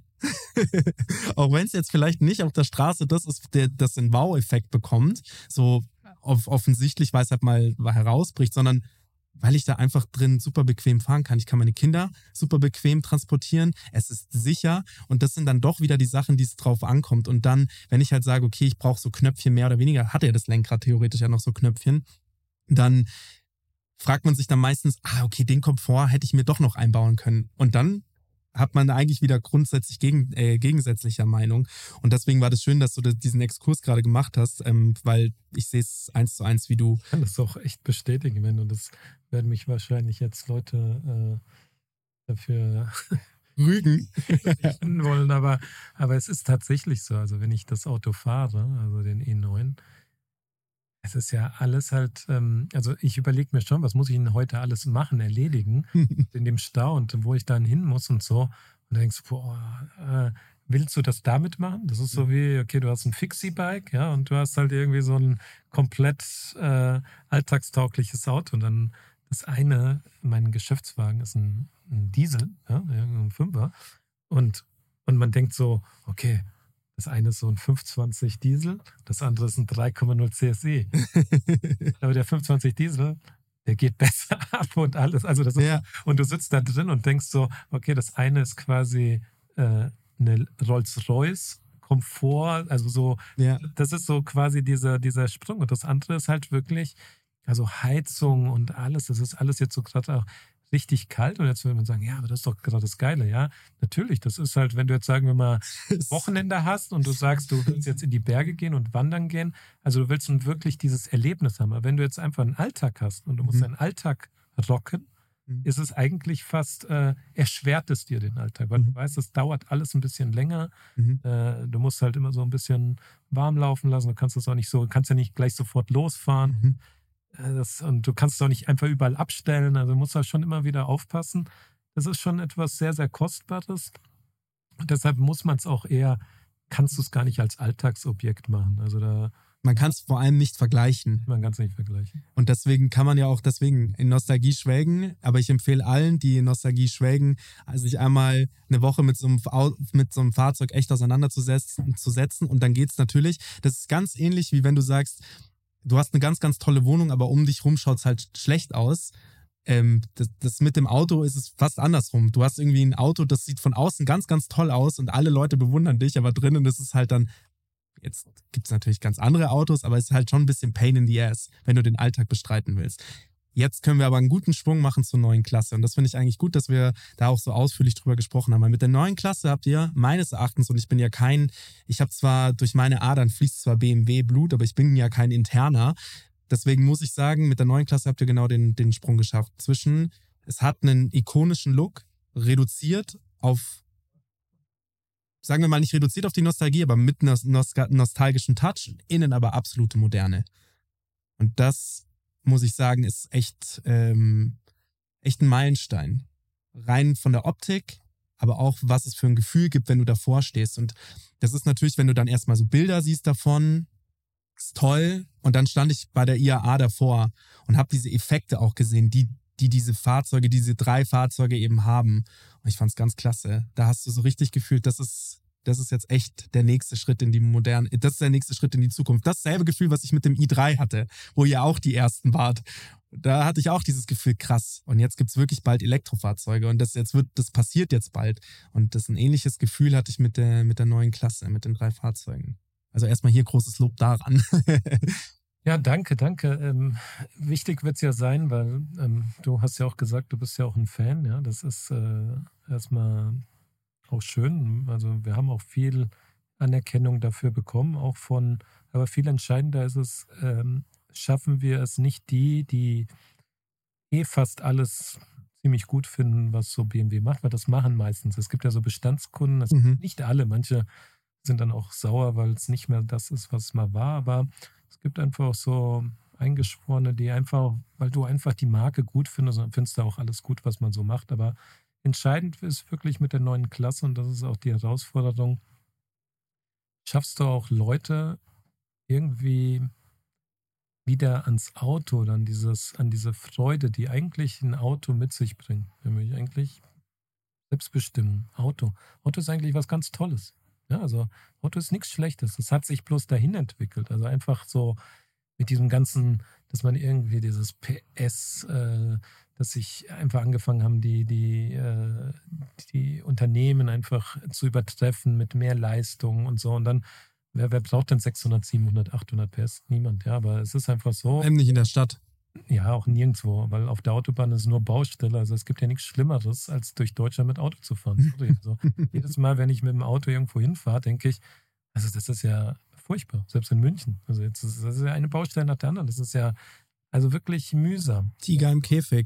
Auch wenn es jetzt vielleicht nicht auf der Straße das ist, der, das den Wow-Effekt bekommt, so off- offensichtlich, weil es halt mal herausbricht, sondern weil ich da einfach drin super bequem fahren kann. Ich kann meine Kinder super bequem transportieren. Es ist sicher und das sind dann doch wieder die Sachen, die es drauf ankommt. Und dann, wenn ich halt sage, okay, ich brauche so Knöpfchen mehr oder weniger, hat ja das Lenkrad theoretisch ja noch so Knöpfchen, dann fragt man sich dann meistens, ah, okay, den Komfort hätte ich mir doch noch einbauen können. Und dann hat man eigentlich wieder grundsätzlich gegen, äh, gegensätzlicher Meinung. Und deswegen war das schön, dass du das, diesen Exkurs gerade gemacht hast, ähm, weil ich sehe es eins zu eins wie du. Ich kann das auch echt bestätigen, wenn und das werden mich wahrscheinlich jetzt Leute äh, dafür Rügen. wollen, aber, aber es ist tatsächlich so. Also wenn ich das Auto fahre, also den E neun, es ist ja alles halt, ähm, also ich überlege mir schon, was muss ich denn heute alles machen, erledigen in dem Stau und wo ich dann hin muss und so. Und dann denkst du, boah, äh, willst du das damit machen? Das ist so wie, okay, du hast ein Fixie-Bike, ja, und du hast halt irgendwie so ein komplett äh, alltagstaugliches Auto. Und dann das eine, mein Geschäftswagen ist ein, ein Diesel, ja, ein Fünfer. Und, und man denkt so, okay, das eine ist so ein fünfundzwanzig Diesel, das andere ist ein drei Komma null C S I. Aber der fünfundzwanzig Diesel, der geht besser ab und alles. Also das ist, Ja. Und du sitzt da drin und denkst so, okay, das eine ist quasi äh, eine Rolls-Royce Komfort, also so, Ja. das ist so quasi dieser, dieser Sprung. Und das andere ist halt wirklich, also Heizung und alles, das ist alles jetzt so gerade auch richtig kalt. Und jetzt will man sagen, ja, aber das ist doch gerade das Geile, ja. Natürlich, das ist halt, wenn du jetzt, sagen wir mal, Wochenende hast und du sagst, du willst jetzt in die Berge gehen und wandern gehen, also du willst nun wirklich dieses Erlebnis haben. Aber wenn du jetzt einfach einen Alltag hast und du musst Mhm. deinen Alltag rocken, Mhm. ist es eigentlich fast, äh, erschwert es dir den Alltag, weil Mhm. du weißt, es dauert alles ein bisschen länger. Mhm. Äh, du musst halt immer so ein bisschen warm laufen lassen. Du kannst das auch nicht so, kannst ja nicht gleich sofort losfahren. Mhm. Äh, Das, und du kannst es auch nicht einfach überall abstellen. Also du musst da schon immer wieder aufpassen. Das ist schon etwas sehr, sehr Kostbares. Und deshalb muss man es auch eher, kannst du es gar nicht als Alltagsobjekt machen. Also da Man kann es vor allem nicht vergleichen. man kann es nicht vergleichen. Und deswegen kann man ja auch deswegen in Nostalgie schwelgen. Aber ich empfehle allen, die in Nostalgie schwelgen, sich einmal eine Woche mit so einem, Au- mit so einem Fahrzeug echt auseinanderzusetzen zu setzen. Und dann geht es natürlich. Das ist ganz ähnlich, wie wenn du sagst, du hast eine ganz, ganz tolle Wohnung, aber um dich rum schaut es halt schlecht aus. Ähm, das, das mit dem Auto ist es fast andersrum. Du hast irgendwie ein Auto, das sieht von außen ganz, ganz toll aus und alle Leute bewundern dich, aber drinnen ist es halt dann, jetzt gibt es natürlich ganz andere Autos, aber es ist halt schon ein bisschen Pain in the Ass, wenn du den Alltag bestreiten willst. Jetzt können wir aber einen guten Sprung machen zur neuen Klasse. Und das finde ich eigentlich gut, dass wir da auch so ausführlich drüber gesprochen haben. Weil mit der neuen Klasse habt ihr meines Erachtens, und ich bin ja kein, ich habe zwar durch meine Adern fließt zwar B M W-Blut, aber ich bin ja kein Interner. Deswegen muss ich sagen, mit der neuen Klasse habt ihr genau den, den Sprung geschafft. Zwischen, es hat einen ikonischen Look, reduziert auf, sagen wir mal nicht reduziert auf die Nostalgie, aber mit einem nostalgischen Touch, innen aber absolute Moderne. Und das, muss ich sagen, ist echt, ähm, echt ein Meilenstein. Rein von der Optik, aber auch, was es für ein Gefühl gibt, wenn du davor stehst. Und das ist natürlich, wenn du dann erstmal so Bilder siehst davon, ist toll. Und dann stand ich bei der I A A davor und habe diese Effekte auch gesehen, die, die diese Fahrzeuge, diese drei Fahrzeuge eben haben. Und ich fand es ganz klasse. Da hast du so richtig gefühlt, das ist, das ist jetzt echt der nächste Schritt in die moderne, das ist der nächste Schritt in die Zukunft. Dasselbe Gefühl, was ich mit dem i drei hatte, wo ihr auch die ersten wart. Da hatte ich auch dieses Gefühl, krass. Und jetzt gibt es wirklich bald Elektrofahrzeuge und das jetzt wird, das passiert jetzt bald. Und das ein ähnliches Gefühl hatte ich mit der, mit der neuen Klasse, mit den drei Fahrzeugen. Also erstmal hier großes Lob daran. Ja, danke, danke. Ähm, wichtig wird es ja sein, weil ähm, du hast ja auch gesagt, du bist ja auch ein Fan. Ja, das ist äh, erstmal auch schön. Also wir haben auch viel Anerkennung dafür bekommen, auch von, aber viel entscheidender ist es, ähm, schaffen wir es nicht die, die eh fast alles ziemlich gut finden, was so B M W macht, weil das machen meistens. Es gibt ja so Bestandskunden, das Mhm. nicht alle, manche sind dann auch sauer, weil es nicht mehr das ist, was es mal war, aber es gibt einfach auch so Eingeschworene, die einfach, weil du einfach die Marke gut findest, dann findest du auch alles gut, was man so macht, aber entscheidend ist wirklich mit der neuen Klasse, und das ist auch die Herausforderung, schaffst du auch Leute irgendwie wieder ans Auto, dann dieses, an diese Freude, die eigentlich ein Auto mit sich bringt. Nämlich eigentlich Selbstbestimmung, Auto. Auto ist eigentlich was ganz Tolles. Ja, also Auto ist nichts Schlechtes. Es hat sich bloß dahin entwickelt. Also einfach so mit diesem ganzen, dass man irgendwie dieses P S, äh, dass sich einfach angefangen haben, die, die, äh, die Unternehmen einfach zu übertreffen mit mehr Leistung und so. Und dann, wer, wer braucht denn sechshundert, siebenhundert, achthundert P S? Niemand, ja. Aber es ist einfach so. Vor allem nicht in der Stadt. Ja, auch nirgendwo, weil auf der Autobahn ist nur Baustelle. Also es gibt ja nichts Schlimmeres, als durch Deutschland mit Auto zu fahren. Sorry. Also jedes Mal, wenn ich mit dem Auto irgendwo hinfahre, denke ich, also das ist ja furchtbar, selbst in München. Also jetzt ist, das ist ja eine Baustelle nach der anderen. Das ist ja also wirklich mühsam. Tiger im Käfig.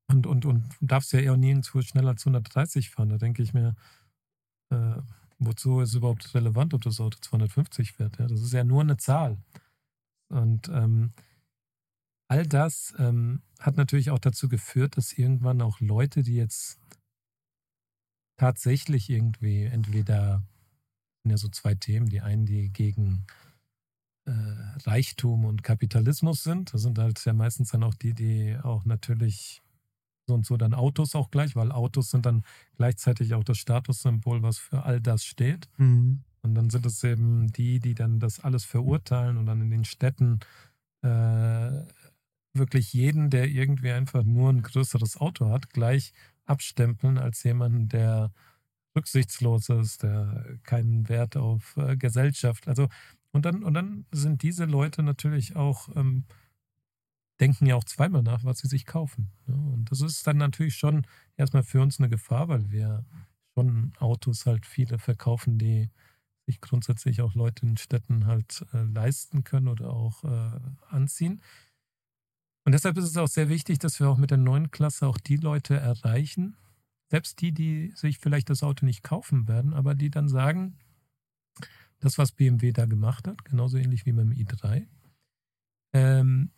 Und, und, und darfst ja eher nirgendwo schneller als hundertdreißig fahren. Da denke ich mir, äh, wozu ist es überhaupt relevant, ob das Auto zweihundertfünfzig fährt? Ja? Das ist ja nur eine Zahl. Und ähm, all das ähm, hat natürlich auch dazu geführt, dass irgendwann auch Leute, die jetzt tatsächlich irgendwie entweder, sind ja so zwei Themen, die einen, die gegen äh, Reichtum und Kapitalismus sind, das sind halt ja meistens dann auch die, die auch natürlich so und so dann Autos auch gleich, weil Autos sind dann gleichzeitig auch das Statussymbol, was für all das steht. Mhm. Und dann sind es eben die, die dann das alles verurteilen und dann in den Städten äh, wirklich jeden, der irgendwie einfach nur ein größeres Auto hat, gleich abstempeln als jemanden, der rücksichtslos ist, der keinen Wert auf äh, Gesellschaft. Also und dann, und dann sind diese Leute natürlich auch, ähm, denken ja auch zweimal nach, was sie sich kaufen. Ja? Und das ist dann natürlich schon erstmal für uns eine Gefahr, weil wir schon Autos halt viele verkaufen, die sich grundsätzlich auch Leute in Städten halt äh, leisten können oder auch äh, anziehen. Und deshalb ist es auch sehr wichtig, dass wir auch mit der neuen Klasse auch die Leute erreichen, selbst die, die sich vielleicht das Auto nicht kaufen werden, aber die dann sagen, das, was B M W da gemacht hat, genauso ähnlich wie mit dem i drei, ähm,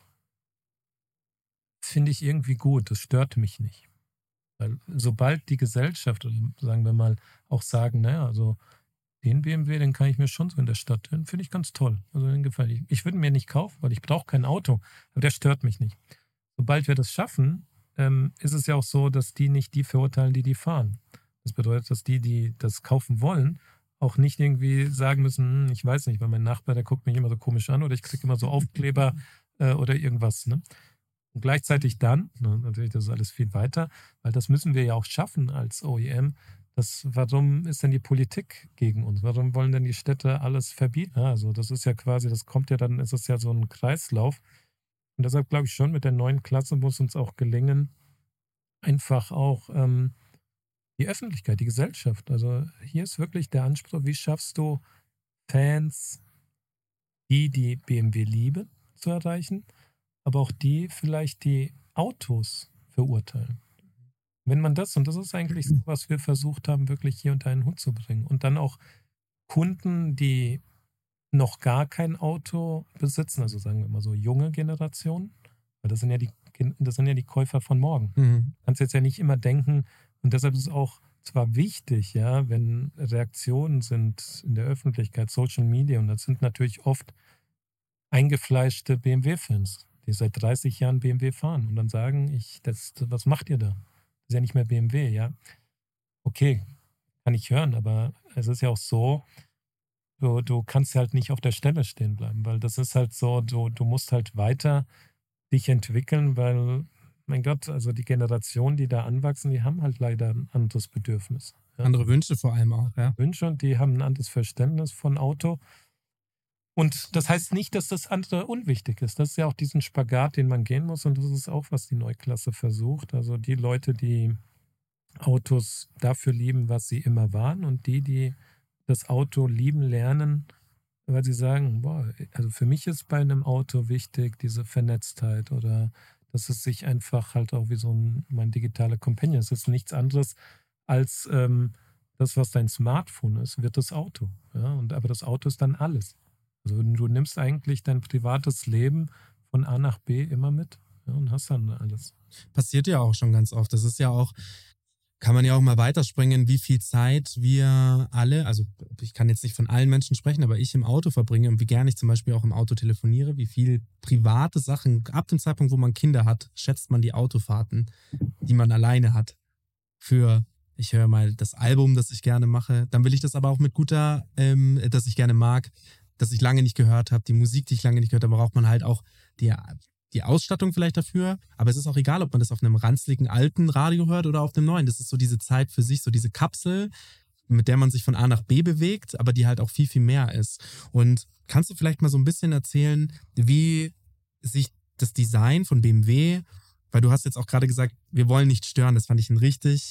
finde ich irgendwie gut, das stört mich nicht. Weil sobald die Gesellschaft, oder sagen wir mal, auch sagen, naja, also den B M W, den kann ich mir schon so in der Stadt, den finde ich ganz toll. Also den gefällt ich. Ich würde ihn mir nicht kaufen, weil ich brauche kein Auto, aber der stört mich nicht. Sobald wir das schaffen, ähm, ist es ja auch so, dass die nicht die verurteilen, die die fahren. Das bedeutet, dass die, die das kaufen wollen, auch nicht irgendwie sagen müssen, hm, ich weiß nicht, weil mein Nachbar, der guckt mich immer so komisch an oder ich kriege immer so Aufkleber äh, oder irgendwas. Ne? Und gleichzeitig dann, ne, natürlich, das ist alles viel weiter, weil das müssen wir ja auch schaffen als O E M. Das, warum ist denn die Politik gegen uns? Warum wollen denn die Städte alles verbieten? Ja, also das ist ja quasi, das kommt ja dann, ist es ja so ein Kreislauf. Und deshalb glaube ich schon, mit der neuen Klasse muss uns auch gelingen, einfach auch ähm, die Öffentlichkeit, die Gesellschaft. Also hier ist wirklich der Anspruch, wie schaffst du Fans, die die B M W lieben, zu erreichen, aber auch die vielleicht die Autos verurteilen. Wenn man das, und das ist eigentlich so, was wir versucht haben, wirklich hier unter einen Hut zu bringen. Und dann auch Kunden, die noch gar kein Auto besitzen, also sagen wir mal so junge Generationen, weil das sind ja die, das sind ja die Käufer von morgen. Mhm. Du kannst jetzt ja nicht immer denken, und deshalb ist es auch zwar wichtig, ja, wenn Reaktionen sind in der Öffentlichkeit, Social Media, und das sind natürlich oft eingefleischte B M W-Fans, die seit dreißig Jahren B M W fahren und dann sagen, ich, das, was macht ihr da? Das ist ja nicht mehr B M W, ja. Okay, kann ich hören, aber es ist ja auch so, du, du kannst halt nicht auf der Stelle stehen bleiben, weil das ist halt so, du, du musst halt weiter dich entwickeln, weil, mein Gott, also die Generationen, die da anwachsen, die haben halt leider ein anderes Bedürfnis. Ja? Andere Wünsche vor allem auch, ja. Wünsche und die haben ein anderes Verständnis von Auto. Und das heißt nicht, dass das andere unwichtig ist. Das ist ja auch diesen Spagat, den man gehen muss. Und das ist auch, was die Neuklasse versucht. Also die Leute, die Autos dafür lieben, was sie immer waren. Und die, die das Auto lieben lernen, weil sie sagen, boah, also für mich ist bei einem Auto wichtig diese Vernetztheit oder dass es sich einfach halt auch wie so ein mein digitaler Companion ist. Es ist nichts anderes als ähm, das, was dein Smartphone ist, wird das Auto. Ja? Und, aber das Auto ist dann alles. Also du nimmst eigentlich dein privates Leben von A nach B immer mit, ja, und hast dann alles. Passiert ja auch schon ganz oft. Das ist ja auch, kann man ja auch mal weiterspringen, wie viel Zeit wir alle, also ich kann jetzt nicht von allen Menschen sprechen, aber ich im Auto verbringe und wie gerne ich zum Beispiel auch im Auto telefoniere, wie viel private Sachen, ab dem Zeitpunkt, wo man Kinder hat, schätzt man die Autofahrten, die man alleine hat. Für, ich höre mal das Album, das ich gerne mache, dann will ich das aber auch mit guter, ähm, das ich gerne mag, das ich lange nicht gehört habe, die Musik, die ich lange nicht gehört habe, braucht man halt auch die, die Ausstattung vielleicht dafür, aber es ist auch egal, ob man das auf einem ranzligen alten Radio hört oder auf dem neuen. Das ist so diese Zeit für sich, so diese Kapsel, mit der man sich von A nach B bewegt, aber die halt auch viel, viel mehr ist. Und kannst du vielleicht mal so ein bisschen erzählen, wie sich das Design von B M W, weil du hast jetzt auch gerade gesagt, wir wollen nicht stören, das fand ich ein richtig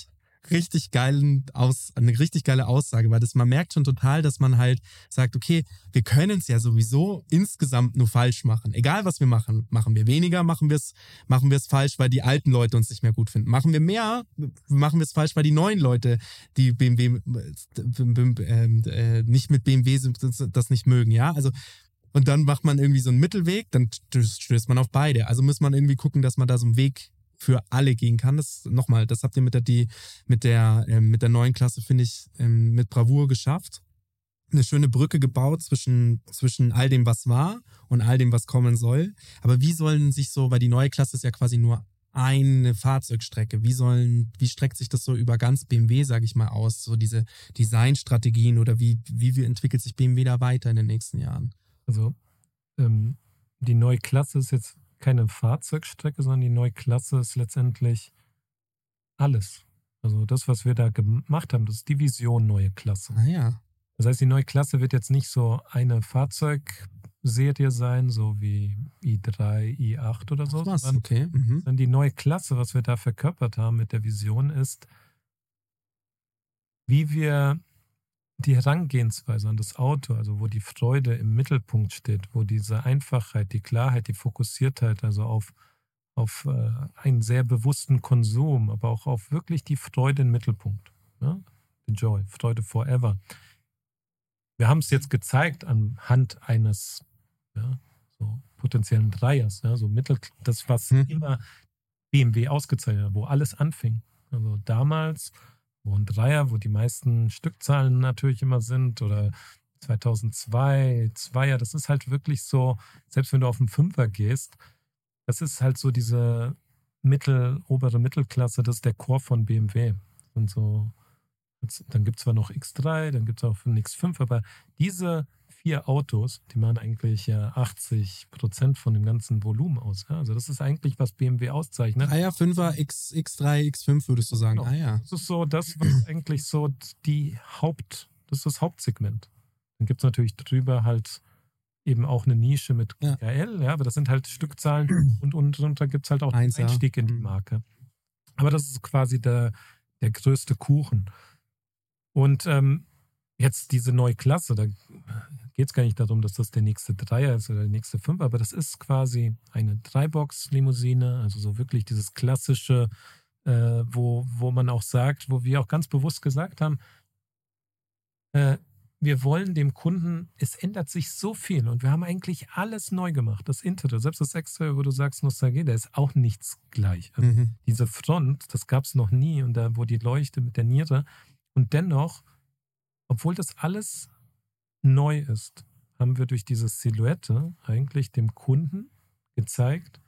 richtig geilen Aus, eine richtig geile Aussage, weil das, man merkt schon total, dass man halt sagt, okay, wir können es ja sowieso insgesamt nur falsch machen. Egal, was wir machen. Machen wir weniger, machen wir es machen wir es falsch, weil die alten Leute uns nicht mehr gut finden. Machen wir mehr, machen wir es falsch, weil die neuen Leute, die B M W äh, nicht mit B M W sind, das nicht mögen, ja, also und dann macht man irgendwie so einen Mittelweg, dann stößt man auf beide. Also muss man irgendwie gucken, dass man da so einen Weg für alle gehen kann. Das nochmal, das habt ihr mit der, die, mit der, ähm, mit der neuen Klasse, finde ich, ähm, mit Bravour geschafft. Eine schöne Brücke gebaut zwischen, zwischen all dem, was war und all dem, was kommen soll. Aber wie sollen sich so, weil die neue Klasse ist ja quasi nur eine Fahrzeugstrecke, wie sollen, wie streckt sich das so über ganz B M W, sage ich mal, aus? So diese Designstrategien oder wie, wie entwickelt sich B M W da weiter in den nächsten Jahren? Also ähm, die neue Klasse ist jetzt keine Fahrzeugstrecke, sondern die neue Klasse ist letztendlich alles. Also das, was wir da gemacht haben, das ist die Vision neue Klasse. Ah ja. Das heißt, die neue Klasse wird jetzt nicht so eine Fahrzeugserie sein, so wie i drei, i acht oder so. Ach was, sondern, okay. Mhm. sondern die neue Klasse, was wir da verkörpert haben mit der Vision, ist, wie wir die Herangehensweise an das Auto, also wo die Freude im Mittelpunkt steht, wo diese Einfachheit, die Klarheit, die Fokussiertheit, also auf, auf äh, einen sehr bewussten Konsum, aber auch auf wirklich die Freude im Mittelpunkt. Ne? The Joy, Freude forever. Wir haben es jetzt gezeigt anhand eines ja, so potenziellen Dreiers, ja, so Mittel, das, was hm. immer B M W ausgezeichnet hat, wo alles anfing. Also damals wo ein Dreier, wo die meisten Stückzahlen natürlich immer sind, oder zweitausendzwei, Zweier, das ist halt wirklich so, selbst wenn du auf einen Fünfer gehst, das ist halt so diese mittel, obere Mittelklasse, das ist der Core von B M W. Und so, dann gibt es zwar noch X drei, dann gibt es auch einen X fünf, aber diese vier Autos, die machen eigentlich ja achtzig Prozent von dem ganzen Volumen aus. Ja? Also das ist eigentlich, was B M W auszeichnet. Ah ja, Fünfer, X, X3, X fünf würdest du sagen. Genau. Ah ja. Das ist so das, was eigentlich so die Haupt, das ist das Hauptsegment. Dann gibt es natürlich drüber halt eben auch eine Nische mit G K L, ja, ja aber das sind halt Stückzahlen und, und, und da gibt es halt auch einen Einstieg in die Marke. Aber das ist quasi der, der größte Kuchen. Und ähm, jetzt diese neue Klasse, da geht es gar nicht darum, dass das der nächste Dreier ist oder der nächste Fünfer, aber das ist quasi eine Dreibox-Limousine, also so wirklich dieses klassische, äh, wo, wo man auch sagt, wo wir auch ganz bewusst gesagt haben, äh, wir wollen dem Kunden, es ändert sich so viel und wir haben eigentlich alles neu gemacht. Das Interieur, selbst das Exterieur, wo du sagst Nostalgie, da ist auch nichts gleich. Also mhm. diese Front, das gab es noch nie und da, wo die Leuchte mit der Niere und dennoch, obwohl das alles neu ist, haben wir durch diese Silhouette eigentlich dem Kunden gezeigt,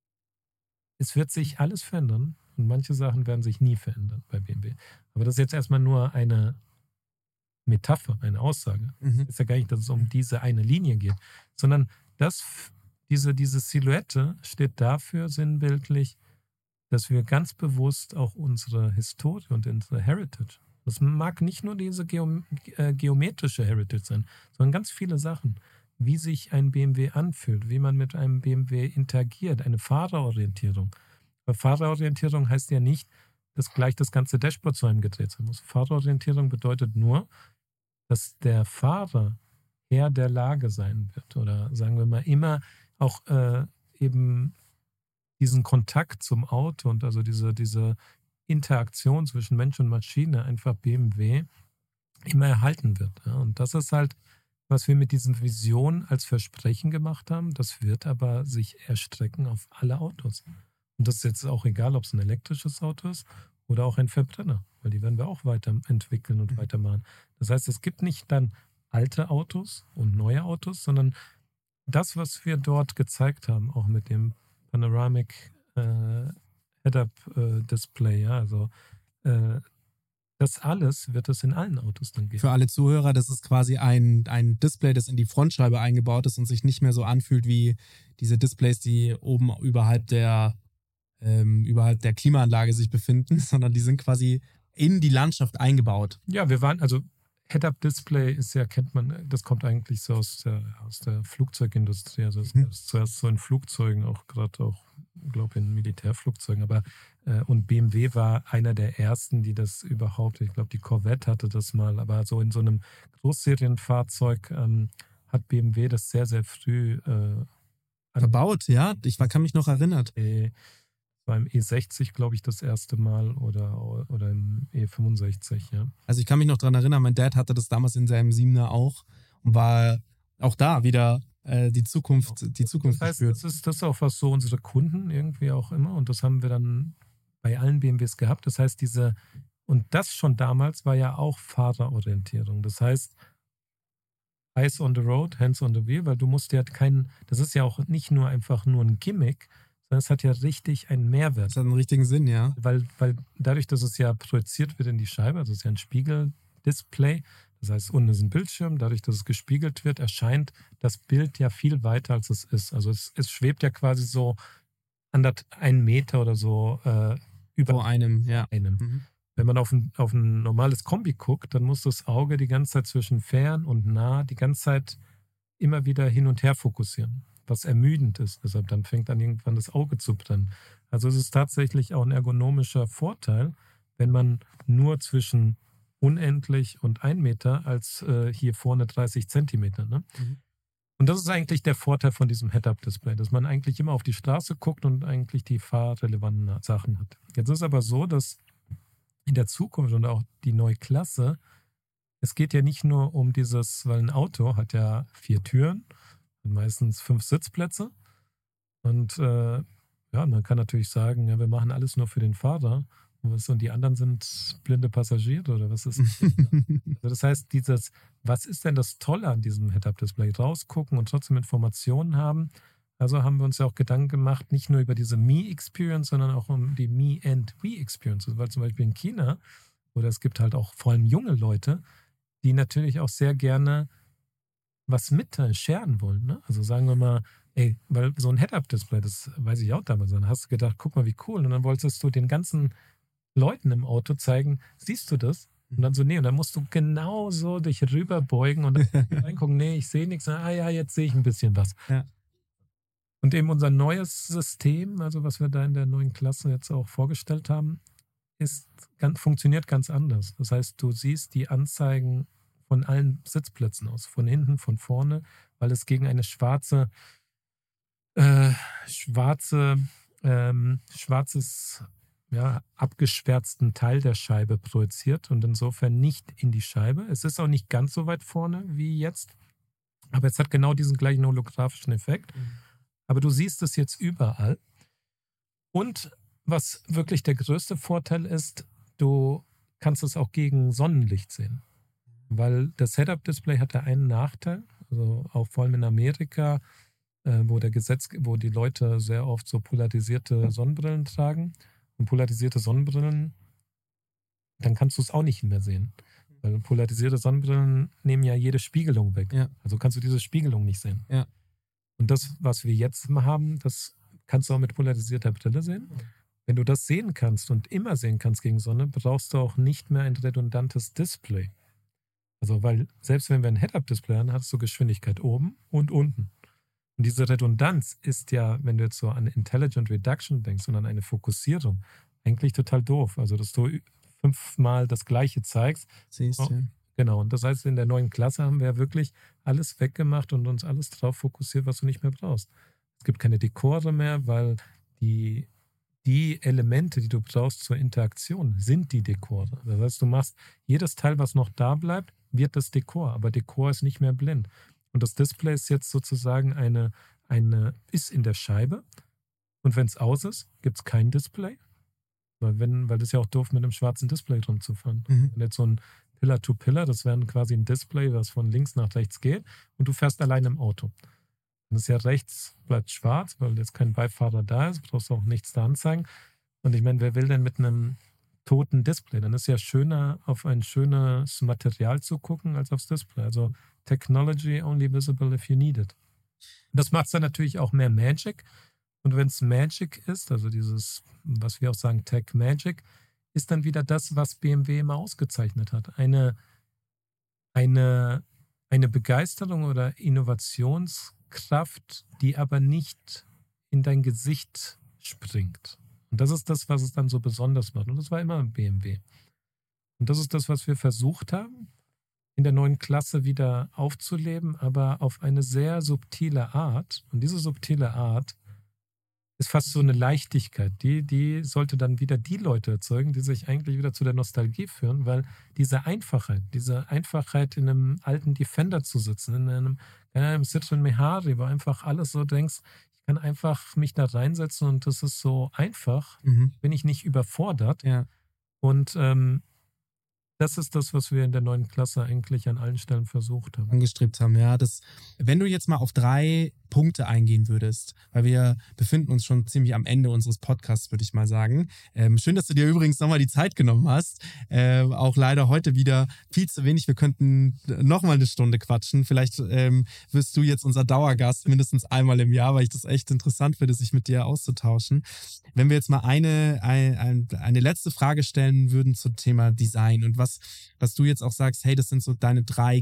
es wird sich alles verändern und manche Sachen werden sich nie verändern bei B M W. Aber das ist jetzt erstmal nur eine Metapher, eine Aussage. Mhm. Es ist ja gar nicht, dass es um diese eine Linie geht, sondern das, diese, diese Silhouette steht dafür sinnbildlich, dass wir ganz bewusst auch unsere Historie und unsere Heritage, das mag nicht nur diese Geom- äh, geometrische Heritage sein, sondern ganz viele Sachen, wie sich ein B M W anfühlt, wie man mit einem B M W interagiert, eine Fahrerorientierung. Weil Fahrerorientierung heißt ja nicht, dass gleich das ganze Dashboard zu einem gedreht sein muss. Fahrerorientierung bedeutet nur, dass der Fahrer Herr der Lage sein wird oder sagen wir mal immer auch äh, eben diesen Kontakt zum Auto und also diese, diese Interaktion zwischen Mensch und Maschine einfach B M W immer erhalten wird. Ja. Und das ist halt, was wir mit diesen Visionen als Versprechen gemacht haben. Das wird aber sich erstrecken auf alle Autos. Und das ist jetzt auch egal, ob es ein elektrisches Auto ist oder auch ein Verbrenner, weil die werden wir auch weiterentwickeln und weitermachen. Das heißt, es gibt nicht dann alte Autos und neue Autos, sondern das, was wir dort gezeigt haben, auch mit dem Panoramic äh, Head-Up-Display, ja, also äh, das alles wird es in allen Autos dann geben. Für alle Zuhörer, das ist quasi ein, ein Display, das in die Frontscheibe eingebaut ist und sich nicht mehr so anfühlt wie diese Displays, die oben überhalb der, ähm, überhalb der Klimaanlage sich befinden, sondern die sind quasi in die Landschaft eingebaut. Ja, wir waren, also Head-Up-Display ist ja, kennt man, das kommt eigentlich so aus der, aus der Flugzeugindustrie. Also es mhm. ist zuerst so in Flugzeugen auch gerade auch glaube in Militärflugzeugen, aber äh, und B M W war einer der ersten, die das überhaupt, ich glaube die Corvette hatte das mal, aber so in so einem Großserienfahrzeug ähm, hat B M W das sehr, sehr früh äh, verbaut, ja. Ich war, kann mich noch erinnern. Äh, beim E sechzig, glaube ich, das erste Mal oder, oder im E fünfundsechzig, ja. Also ich kann mich noch daran erinnern, mein Dad hatte das damals in seinem Siebener auch und war auch da wieder äh, die Zukunft, die Zukunft das heißt, gespürt. das ist, das ist auch, was so unsere Kunden irgendwie auch immer, und das haben wir dann bei allen B M Ws gehabt. Das heißt, diese, und das schon damals war ja auch Fahrerorientierung. Das heißt, Eyes on the road, hands on the wheel, weil du musst ja keinen, das ist ja auch nicht nur einfach nur ein Gimmick, sondern es hat ja richtig einen Mehrwert. Das hat einen richtigen Sinn, ja. Weil, weil dadurch, dass es ja projiziert wird in die Scheibe, also es ist ja ein Spiegeldisplay, das heißt, unten ist ein Bildschirm, dadurch, dass es gespiegelt wird, erscheint das Bild ja viel weiter, als es ist. Also es, es schwebt ja quasi so an einen Meter oder so äh, über Vor einem, ja. einem. Mhm. Wenn man auf ein, auf ein normales Kombi guckt, dann muss das Auge die ganze Zeit zwischen fern und nah die ganze Zeit immer wieder hin und her fokussieren, was ermüdend ist. Deshalb dann fängt dann irgendwann das Auge zu brennen. Also es ist tatsächlich auch ein ergonomischer Vorteil, wenn man nur zwischen unendlich und ein Meter als äh, hier vorne dreißig Zentimeter. Ne? Mhm. Und das ist eigentlich der Vorteil von diesem Head-Up-Display, dass man eigentlich immer auf die Straße guckt und eigentlich die fahrrelevanten Sachen hat. Jetzt ist aber so, dass in der Zukunft und auch die neue Klasse, es geht ja nicht nur um dieses, weil ein Auto hat ja vier Türen, meistens fünf Sitzplätze, und äh, ja, man kann natürlich sagen, ja, wir machen alles nur für den Fahrer und die anderen sind blinde Passagiere oder was ist das? Also das heißt, dieses, was ist denn das Tolle an diesem Head-Up-Display? Rausgucken und trotzdem Informationen haben. Also haben wir uns ja auch Gedanken gemacht, nicht nur über diese Me-Experience, sondern auch um die Me- and We-Experience. Weil zum Beispiel in China, oder es gibt halt auch vor allem junge Leute, die natürlich auch sehr gerne was mitteilen, scheren wollen. Ne? Also sagen wir mal, ey, weil so ein Head-Up-Display, das weiß ich auch damals, dann hast du gedacht, guck mal, wie cool. Und dann wolltest du den ganzen Leuten im Auto zeigen, siehst du das? Und dann so, nee, und dann musst du genauso dich rüberbeugen und dann reingucken, nee, ich sehe nichts. Ah ja, jetzt sehe ich ein bisschen was. Ja. Und eben unser neues System, also was wir da in der neuen Klasse jetzt auch vorgestellt haben, ist, ganz, funktioniert ganz anders. Das heißt, du siehst die Anzeigen von allen Sitzplätzen aus, von hinten, von vorne, weil es gegen eine schwarze, äh, schwarze, ähm, schwarzes, ja, abgeschwärzten Teil der Scheibe projiziert und insofern nicht in die Scheibe. Es ist auch nicht ganz so weit vorne wie jetzt, aber es hat genau diesen gleichen holographischen Effekt. Mhm. Aber du siehst es jetzt überall. Und was wirklich der größte Vorteil ist, du kannst es auch gegen Sonnenlicht sehen. Weil das Head-Up-Display hatte einen Nachteil, also auch vor allem in Amerika, äh, wo der Gesetz, wo die Leute sehr oft so polarisierte Sonnenbrillen tragen. Und polarisierte Sonnenbrillen, dann kannst du es auch nicht mehr sehen. Weil polarisierte Sonnenbrillen nehmen ja jede Spiegelung weg. Ja. Also kannst du diese Spiegelung nicht sehen. Ja. Und das, was wir jetzt haben, das kannst du auch mit polarisierter Brille sehen. Wenn du das sehen kannst und immer sehen kannst gegen Sonne, brauchst du auch nicht mehr ein redundantes Display. Also, weil selbst wenn wir ein Head-Up-Display haben, hast du Geschwindigkeit oben und unten. Und diese Redundanz ist ja, wenn du jetzt so an Intelligent Reduction denkst und an eine Fokussierung, eigentlich total doof. Also, dass du fünfmal das Gleiche zeigst. Siehst du. Oh, genau. Und das heißt, in der neuen Klasse haben wir ja wirklich alles weggemacht und uns alles drauf fokussiert, was du nicht mehr brauchst. Es gibt keine Dekore mehr, weil die, die Elemente, die du brauchst zur Interaktion, sind die Dekore. Das heißt, du machst jedes Teil, was noch da bleibt, wird das Dekor. Aber Dekor ist nicht mehr blind. Und das Display ist jetzt sozusagen eine, eine ist in der Scheibe. Und wenn es aus ist, gibt es kein Display. Weil, wenn, weil das ist ja auch doof, mit einem schwarzen Display rumzufahren. Mhm. Wenn jetzt so ein Pillar-to-Pillar, das wäre quasi ein Display, was von links nach rechts geht. Und du fährst allein im Auto. Und das ist ja rechts, bleibt schwarz, weil jetzt kein Beifahrer da ist. Du brauchst auch nichts da anzeigen. Und ich meine, wer will denn mit einem toten Display? Dann ist ja schöner, auf ein schönes Material zu gucken, als aufs Display. Also Technology only visible if you need it. Das macht dann natürlich auch mehr Magic. Und wenn es Magic ist, also dieses, was wir auch sagen, Tech Magic, ist dann wieder das, was B M W immer ausgezeichnet hat. Eine, eine, eine Begeisterung oder Innovationskraft, die aber nicht in dein Gesicht rausspringt. Und das ist das, was es dann so besonders macht. Und das war immer ein B M W. Und das ist das, was wir versucht haben, in der neuen Klasse wieder aufzuleben, aber auf eine sehr subtile Art. Und diese subtile Art ist fast so eine Leichtigkeit. Die, die sollte dann wieder die Leute erzeugen, die sich eigentlich wieder zu der Nostalgie führen, weil diese Einfachheit, diese Einfachheit in einem alten Defender zu sitzen, in einem, in einem Citroën Mehari, wo einfach alles so denkst, ich kann einfach mich da reinsetzen und das ist so einfach, Mhm. bin ich nicht überfordert. Ja. Und ähm, das ist das, was wir in der neuen Klasse eigentlich an allen Stellen versucht haben. Angestrebt haben, ja. Das, wenn du jetzt mal auf drei Punkte eingehen würdest, weil wir befinden uns schon ziemlich am Ende unseres Podcasts, würde ich mal sagen. Ähm, schön, dass du dir übrigens nochmal die Zeit genommen hast. Ähm, auch leider heute wieder viel zu wenig. Wir könnten nochmal eine Stunde quatschen. Vielleicht ähm, wirst du jetzt unser Dauergast mindestens einmal im Jahr, weil ich das echt interessant finde, sich mit dir auszutauschen. Wenn wir jetzt mal eine, eine, eine letzte Frage stellen würden zum Thema Design und was, was du jetzt auch sagst, hey, das sind so deine drei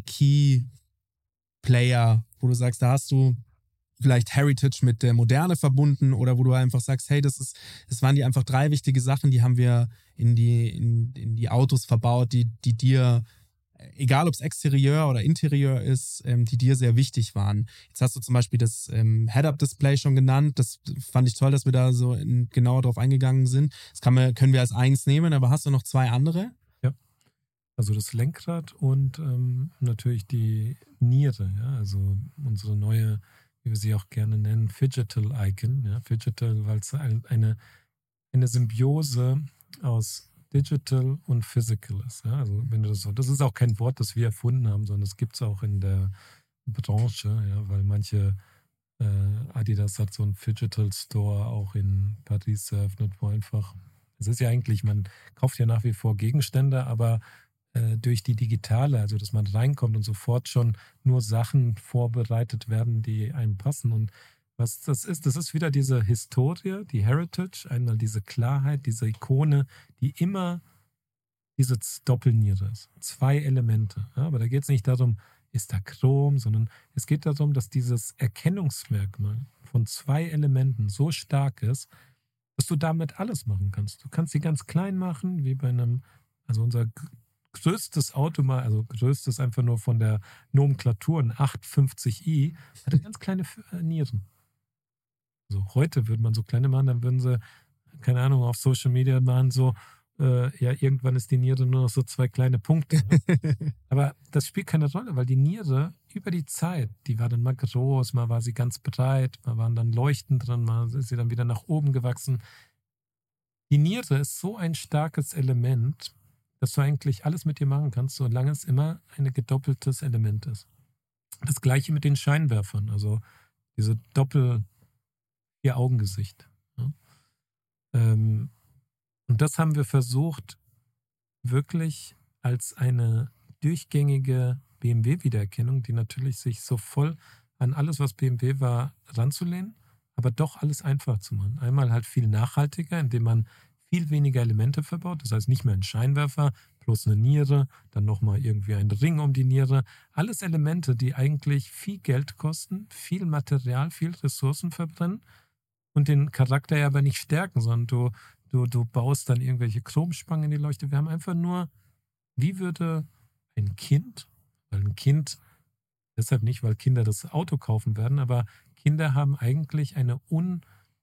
Key-Player, wo du sagst, da hast du vielleicht Heritage mit der Moderne verbunden oder wo du einfach sagst, hey, das ist, das waren die einfach drei wichtige Sachen, die haben wir in die, in, in die Autos verbaut, die, die dir, egal ob es Exterieur oder Interieur ist, ähm, die dir sehr wichtig waren. Jetzt hast du zum Beispiel das ähm, Head-Up-Display schon genannt. Das fand ich toll, dass wir da so in, genauer drauf eingegangen sind. Das kann man, können wir als eins nehmen, aber hast du noch zwei andere? Ja, also das Lenkrad und ähm, natürlich die Niere, ja, also unsere neue, wie wir sie auch gerne nennen, Phygital Icon. Ja, Phygital, weil es eine, eine Symbiose aus Digital und Physical ist. Ja? Also wenn du das so, das ist auch kein Wort, das wir erfunden haben, sondern es gibt es auch in der Branche, ja? Weil manche äh, Adidas hat so einen Phygital Store auch in Paris eröffnet, wo einfach, es ist ja eigentlich, man kauft ja nach wie vor Gegenstände, aber äh, durch die Digitale, also dass man reinkommt und sofort schon nur Sachen vorbereitet werden, die einem passen. Und was das ist, das ist wieder diese Historie, die Heritage, einmal diese Klarheit, diese Ikone, die immer diese Doppelniere ist. Zwei Elemente. Ja, aber da geht es nicht darum, ist da Chrom, sondern es geht darum, dass dieses Erkennungsmerkmal von zwei Elementen so stark ist, dass du damit alles machen kannst. Du kannst sie ganz klein machen, wie bei einem, also unser größtes Auto mal, also größtes einfach nur von der Nomenklatur, ein acht fünfzig i, hatte ganz kleine Nieren. Also heute würde man so kleine machen, dann würden sie, keine Ahnung, auf Social Media machen so, äh, ja, irgendwann ist die Niere nur noch so zwei kleine Punkte. Ne? Aber das spielt keine Rolle, weil die Niere über die Zeit, die war dann mal groß, mal war sie ganz breit, mal waren dann Leuchten drin, mal ist sie dann wieder nach oben gewachsen. Die Niere ist so ein starkes Element, dass du eigentlich alles mit ihr machen kannst, solange es immer ein gedoppeltes Element ist. Das gleiche mit den Scheinwerfern, also diese Doppel- ihr Augengesicht. Ja. Ähm, und das haben wir versucht, wirklich als eine durchgängige B M W-Wiedererkennung, die natürlich sich so voll an alles, was B M W war, ranzulehnen, aber doch alles einfach zu machen. Einmal halt viel nachhaltiger, indem man viel weniger Elemente verbaut, das heißt nicht mehr ein Scheinwerfer, plus eine Niere, dann nochmal irgendwie ein Ring um die Niere. Alles Elemente, die eigentlich viel Geld kosten, viel Material, viel Ressourcen verbrennen, und den Charakter ja aber nicht stärken, sondern du, du, du baust dann irgendwelche Chromspangen in die Leuchte. Wir haben einfach nur, wie würde ein Kind, weil ein Kind, deshalb nicht, weil Kinder das Auto kaufen werden, aber Kinder haben eigentlich eine un,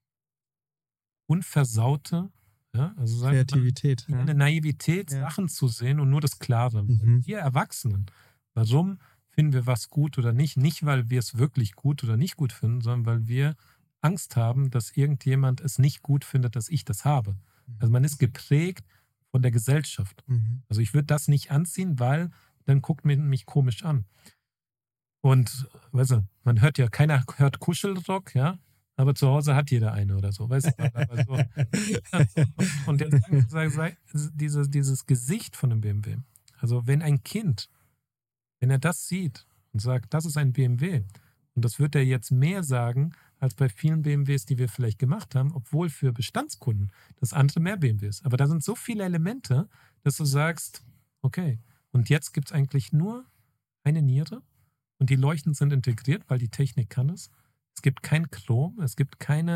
unversaute, ja, also sagen wir, Kreativität. Ja. eine Naivität, Ja. Sachen zu sehen und nur das Klare. Mhm. Wir Erwachsenen, warum finden wir was gut oder nicht? Nicht, weil wir es wirklich gut oder nicht gut finden, sondern weil wir Angst haben, dass irgendjemand es nicht gut findet, dass ich das habe. Also man ist geprägt von der Gesellschaft. Mhm. Also ich würde das nicht anziehen, weil dann guckt man mich komisch an. Und, weißt du, man hört ja, keiner hört Kuschelrock, ja, aber zu Hause hat jeder eine oder so, weißt du. Aber so. Und jetzt sag, sag, dieses, dieses Gesicht von einem B M W, also wenn ein Kind, wenn er das sieht und sagt, das ist ein B M W, und das wird er jetzt mehr sagen, als bei vielen B M Ws, die wir vielleicht gemacht haben, obwohl für Bestandskunden das andere mehr B M Ws. Aber da sind so viele Elemente, dass du sagst, okay, und jetzt gibt es eigentlich nur eine Niere und die Leuchten sind integriert, weil die Technik kann es. Es gibt kein Chrom, es gibt keine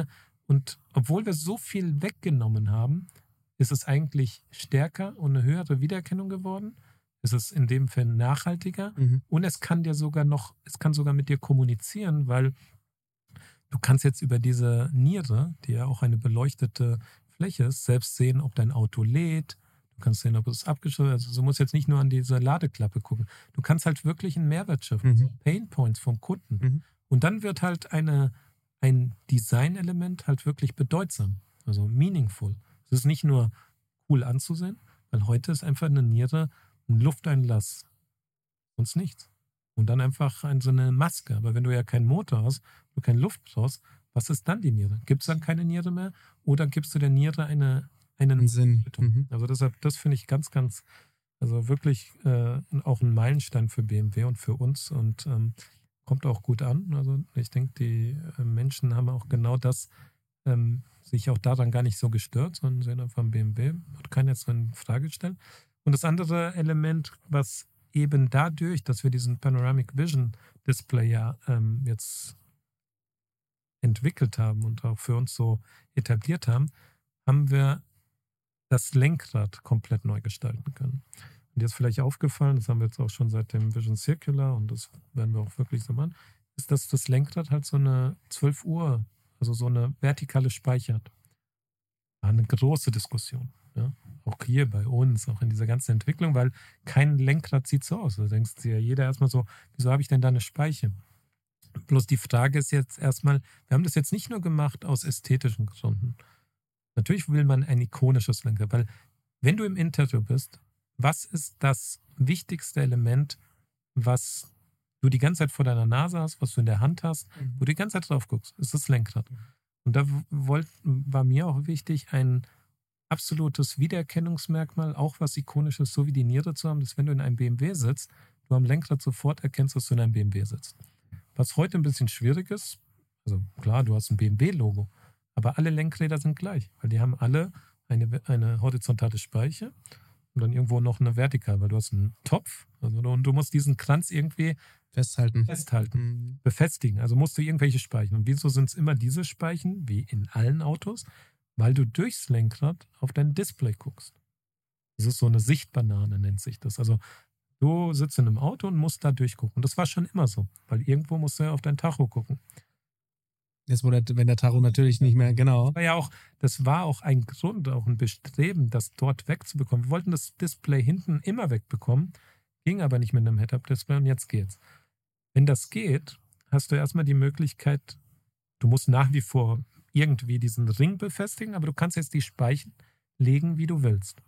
Und obwohl wir so viel weggenommen haben, ist es eigentlich stärker und eine höhere Wiedererkennung geworden. Es ist in dem Fall nachhaltiger Mhm. und es kann dir sogar noch, es kann sogar mit dir kommunizieren, weil du kannst jetzt über diese Niere, die ja auch eine beleuchtete Fläche ist, selbst sehen, ob dein Auto lädt. Du kannst sehen, ob es abgeschlossen ist. Also du musst jetzt nicht nur an diese Ladeklappe gucken. Du kannst halt wirklich einen Mehrwert schaffen, Mhm. so Painpoints vom Kunden. Mhm. Und dann wird halt eine, ein Designelement halt wirklich bedeutsam, also meaningful. Es ist nicht nur cool anzusehen, weil heute ist einfach eine Niere ein Lufteinlass, sonst nichts. Und dann einfach ein, so eine Maske. Aber wenn du ja keinen Motor hast, du keine Luft brauchst, was ist dann die Niere? Gibt es dann keine Niere mehr? Oder gibst du der Niere eine, einen Einen Sinn. Bedeutung? Mhm. Also deshalb, das finde ich ganz, ganz, also wirklich äh, auch ein Meilenstein für B M W und für uns und ähm, kommt auch gut an. Also ich denke, die äh, Menschen haben auch genau das, ähm, sich auch daran gar nicht so gestört, sondern sehen einfach ein B M W, wird keiner jetzt so in Frage stellen. Und das andere Element, was eben dadurch, dass wir diesen Panoramic Vision Display ja ähm, jetzt entwickelt haben und auch für uns so etabliert haben, haben wir das Lenkrad komplett neu gestalten können. Und dir ist vielleicht aufgefallen, das haben wir jetzt auch schon seit dem Vision Circular und das werden wir auch wirklich so machen, ist, dass das Lenkrad halt so eine zwölf Uhr, also so eine vertikale Speiche hat. War eine große Diskussion. Ja? Auch hier bei uns, auch in dieser ganzen Entwicklung, weil kein Lenkrad sieht so aus. Da denkst du ja jeder erstmal so, wieso habe ich denn da eine Speiche? Bloß die Frage ist jetzt erstmal, wir haben das jetzt nicht nur gemacht aus ästhetischen Gründen. Natürlich will man ein ikonisches Lenkrad, weil wenn du im Interieur bist, was ist das wichtigste Element, was du die ganze Zeit vor deiner Nase hast, was du in der Hand hast, wo du die ganze Zeit drauf guckst, ist das Lenkrad. Und da wollt, war mir auch wichtig, ein absolutes Wiedererkennungsmerkmal, auch was Ikonisches, so wie die Niere zu haben, dass wenn du in einem B M W sitzt, du am Lenkrad sofort erkennst, dass du in einem B M W sitzt. Was heute ein bisschen schwierig ist, also klar, du hast ein B M W-Logo, aber alle Lenkräder sind gleich, weil die haben alle eine, eine horizontale Speiche und dann irgendwo noch eine vertikale, weil du hast einen Topf also, und du musst diesen Kranz irgendwie Festhalten. festhalten, Mhm. befestigen. Also musst du irgendwelche Speichen. Und wieso sind es immer diese Speichen, wie in allen Autos? Weil du durchs Lenkrad auf dein Display guckst. Das ist so eine Sichtbanane, nennt sich das. Also du sitzt in einem Auto und musst da durchgucken. Und das war schon immer so, weil irgendwo musst du ja auf dein Tacho gucken. Jetzt, wo der, wenn der Tacho natürlich nicht mehr, genau. Das war ja auch, das war auch ein Grund, auch ein Bestreben, das dort wegzubekommen. Wir wollten das Display hinten immer wegbekommen, ging aber nicht mit einem Head-Up-Display und jetzt geht's. Wenn das geht, hast du erstmal die Möglichkeit, du musst nach wie vor irgendwie diesen Ring befestigen, aber du kannst jetzt die Speichen legen, wie du willst.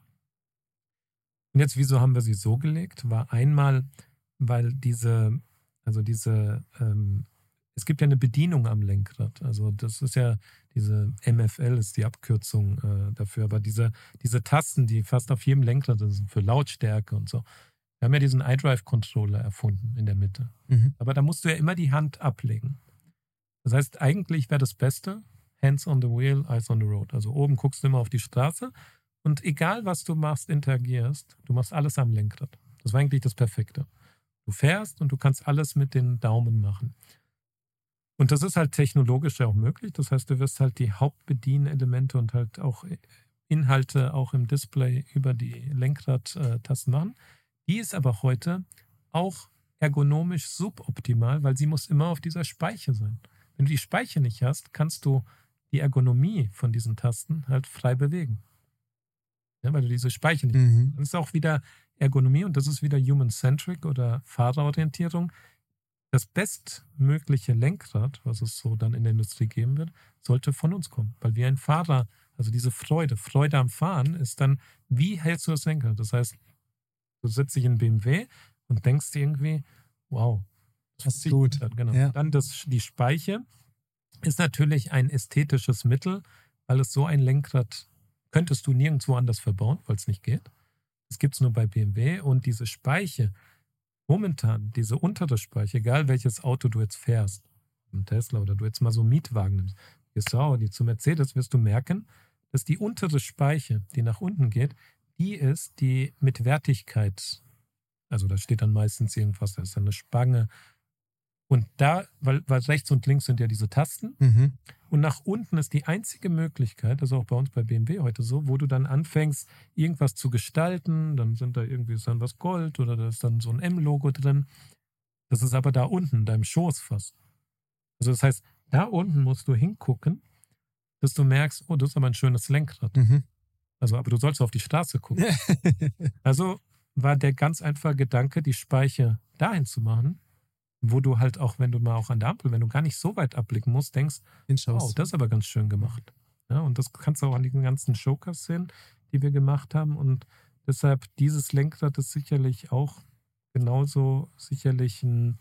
Und jetzt, wieso haben wir sie so gelegt? War einmal, weil diese, also diese, ähm, es gibt ja eine Bedienung am Lenkrad. Also das ist ja, diese M F L ist die Abkürzung äh, dafür, aber diese, diese Tasten, die fast auf jedem Lenkrad sind, für Lautstärke und so. Wir haben ja diesen iDrive-Controller erfunden in der Mitte. Mhm. Aber da musst du ja immer die Hand ablegen. Das heißt, eigentlich wäre das Beste, Hands on the wheel, eyes on the road. Also oben guckst du immer auf die Straße und egal, was du machst, interagierst, du machst alles am Lenkrad. Das war eigentlich das Perfekte. Du fährst und du kannst alles mit den Daumen machen. Und das ist halt technologisch ja auch möglich. Das heißt, du wirst halt die Hauptbedienelemente und halt auch Inhalte auch im Display über die Lenkradtasten machen. Die ist aber heute auch ergonomisch suboptimal, weil sie muss immer auf dieser Speiche sein. Wenn du die Speiche nicht hast, kannst du die Ergonomie von diesen Tasten halt frei bewegen. Ja, weil du diese Speiche nicht hast. Mhm. Das ist auch wieder Ergonomie und das ist wieder Human-Centric oder Fahrerorientierung. Das bestmögliche Lenkrad, was es so dann in der Industrie geben wird, sollte von uns kommen. Weil wir ein Fahrer, also diese Freude, Freude am Fahren ist dann, wie hältst du das Lenkrad? Das heißt, du sitzt dich in B M W und denkst dir irgendwie, wow, das ist gut. Genau. Ja. Dann das, die Speiche ist natürlich ein ästhetisches Mittel, weil es so ein Lenkrad könntest du nirgendwo anders verbauen, weil es nicht geht. Das gibt es nur bei B M W und diese Speiche, momentan, diese untere Speiche, egal welches Auto du jetzt fährst, ein Tesla oder du jetzt mal so einen Mietwagen nimmst, gehst zu Audi, zu Mercedes, wirst du merken, dass die untere Speiche, die nach unten geht, die ist, die mit Wertigkeit, also da steht dann meistens irgendwas, da ist dann eine Spange, Und da, weil, weil rechts und links sind ja diese Tasten. Mhm. Und nach unten ist die einzige Möglichkeit, das ist auch bei uns bei B M W heute so, wo du dann anfängst, irgendwas zu gestalten. Dann sind da irgendwie ist dann was Gold oder da ist dann so ein M-Logo drin. Das ist aber da unten, in deinem Schoß fast. Also das heißt, da unten musst du hingucken, dass du merkst, oh, das ist aber ein schönes Lenkrad. Mhm. Also, aber du sollst auf die Straße gucken. Also war der ganz einfache Gedanke, die Speiche dahin zu machen, wo du halt auch, wenn du mal auch an der Ampel, wenn du gar nicht so weit abblicken musst, denkst, wow, das ist aber ganz schön gemacht. Ja, und das kannst du auch an den ganzen Showcase sehen, die wir gemacht haben. Und deshalb, dieses Lenkrad ist sicherlich auch genauso sicherlich ein,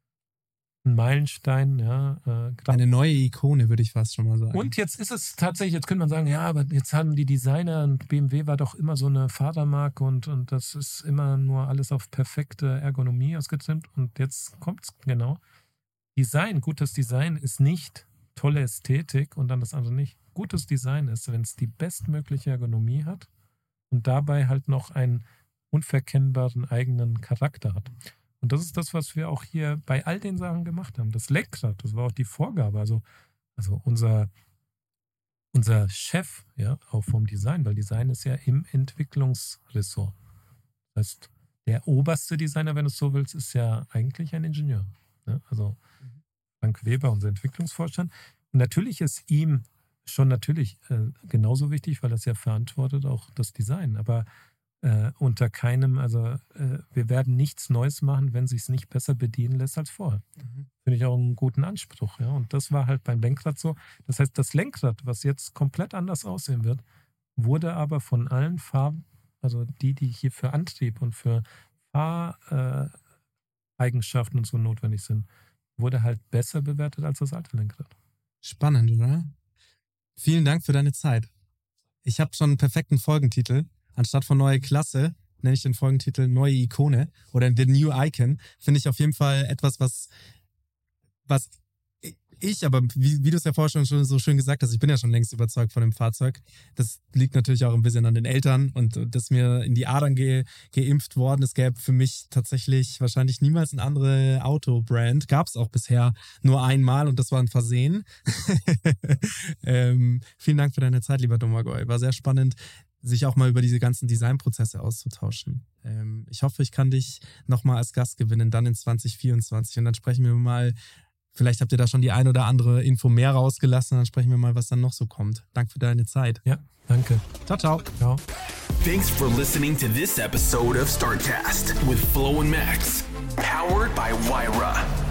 ein Meilenstein. Ja, äh, Eine neue Ikone, würde ich fast schon mal sagen. Und jetzt ist es tatsächlich, jetzt könnte man sagen, ja, aber jetzt haben die Designer und B M W war doch immer so eine Fahrermarke und, und das ist immer nur alles auf perfekte Ergonomie ausgetrimmt. Und jetzt kommt es genau. Design, gutes Design ist nicht tolle Ästhetik und dann das andere nicht. Gutes Design ist, wenn es die bestmögliche Ergonomie hat und dabei halt noch einen unverkennbaren eigenen Charakter hat. Und das ist das, was wir auch hier bei all den Sachen gemacht haben. Das Lenkrad, das war auch die Vorgabe. Also, also unser, unser Chef, ja, auch vom Design, weil Design ist ja im Entwicklungsressort. Das heißt, der oberste Designer, wenn du es so willst, ist ja eigentlich ein Ingenieur. Ja, also Frank Weber, unser Entwicklungsvorstand. Und natürlich ist ihm schon natürlich äh, genauso wichtig, weil er es ja verantwortet, auch das Design. Aber Äh, unter keinem, also äh, wir werden nichts Neues machen, wenn es sich nicht besser bedienen lässt als vorher. Mhm. Finde ich auch einen guten Anspruch. Ja? Und das war halt beim Lenkrad so. Das heißt, das Lenkrad, was jetzt komplett anders aussehen wird, wurde aber von allen Farben, also die, die hier für Antrieb und für Fahreigenschaften äh, und so notwendig sind, wurde halt besser bewertet als das alte Lenkrad. Spannend, oder? Vielen Dank für deine Zeit. Ich habe schon einen perfekten Folgentitel. Anstatt von neue Klasse nenne ich den Folgentitel Neue Ikone oder The New Icon. Finde ich auf jeden Fall etwas, was, was ich, aber wie, wie du es ja vorher schon so schön gesagt hast, ich bin ja schon längst überzeugt von dem Fahrzeug. Das liegt natürlich auch ein bisschen an den Eltern und das ist mir in die Adern ge, geimpft worden. Es gäbe für mich tatsächlich wahrscheinlich niemals eine andere Autobrand. Gab es auch bisher nur einmal und das war ein Versehen. ähm, vielen Dank für deine Zeit, lieber Domagoj. War sehr spannend, sich auch mal über diese ganzen Designprozesse auszutauschen. Ähm, ich hoffe, ich kann dich nochmal als Gast gewinnen, dann in zwanzig vierundzwanzig. Und dann sprechen wir mal, vielleicht habt ihr da schon die ein oder andere Info mehr rausgelassen, dann sprechen wir mal, was dann noch so kommt. Danke für deine Zeit. Ja, danke. Ciao, ciao. Ciao. Thanks for listening to this episode of StartCast with Flo and Max, powered by Wyra.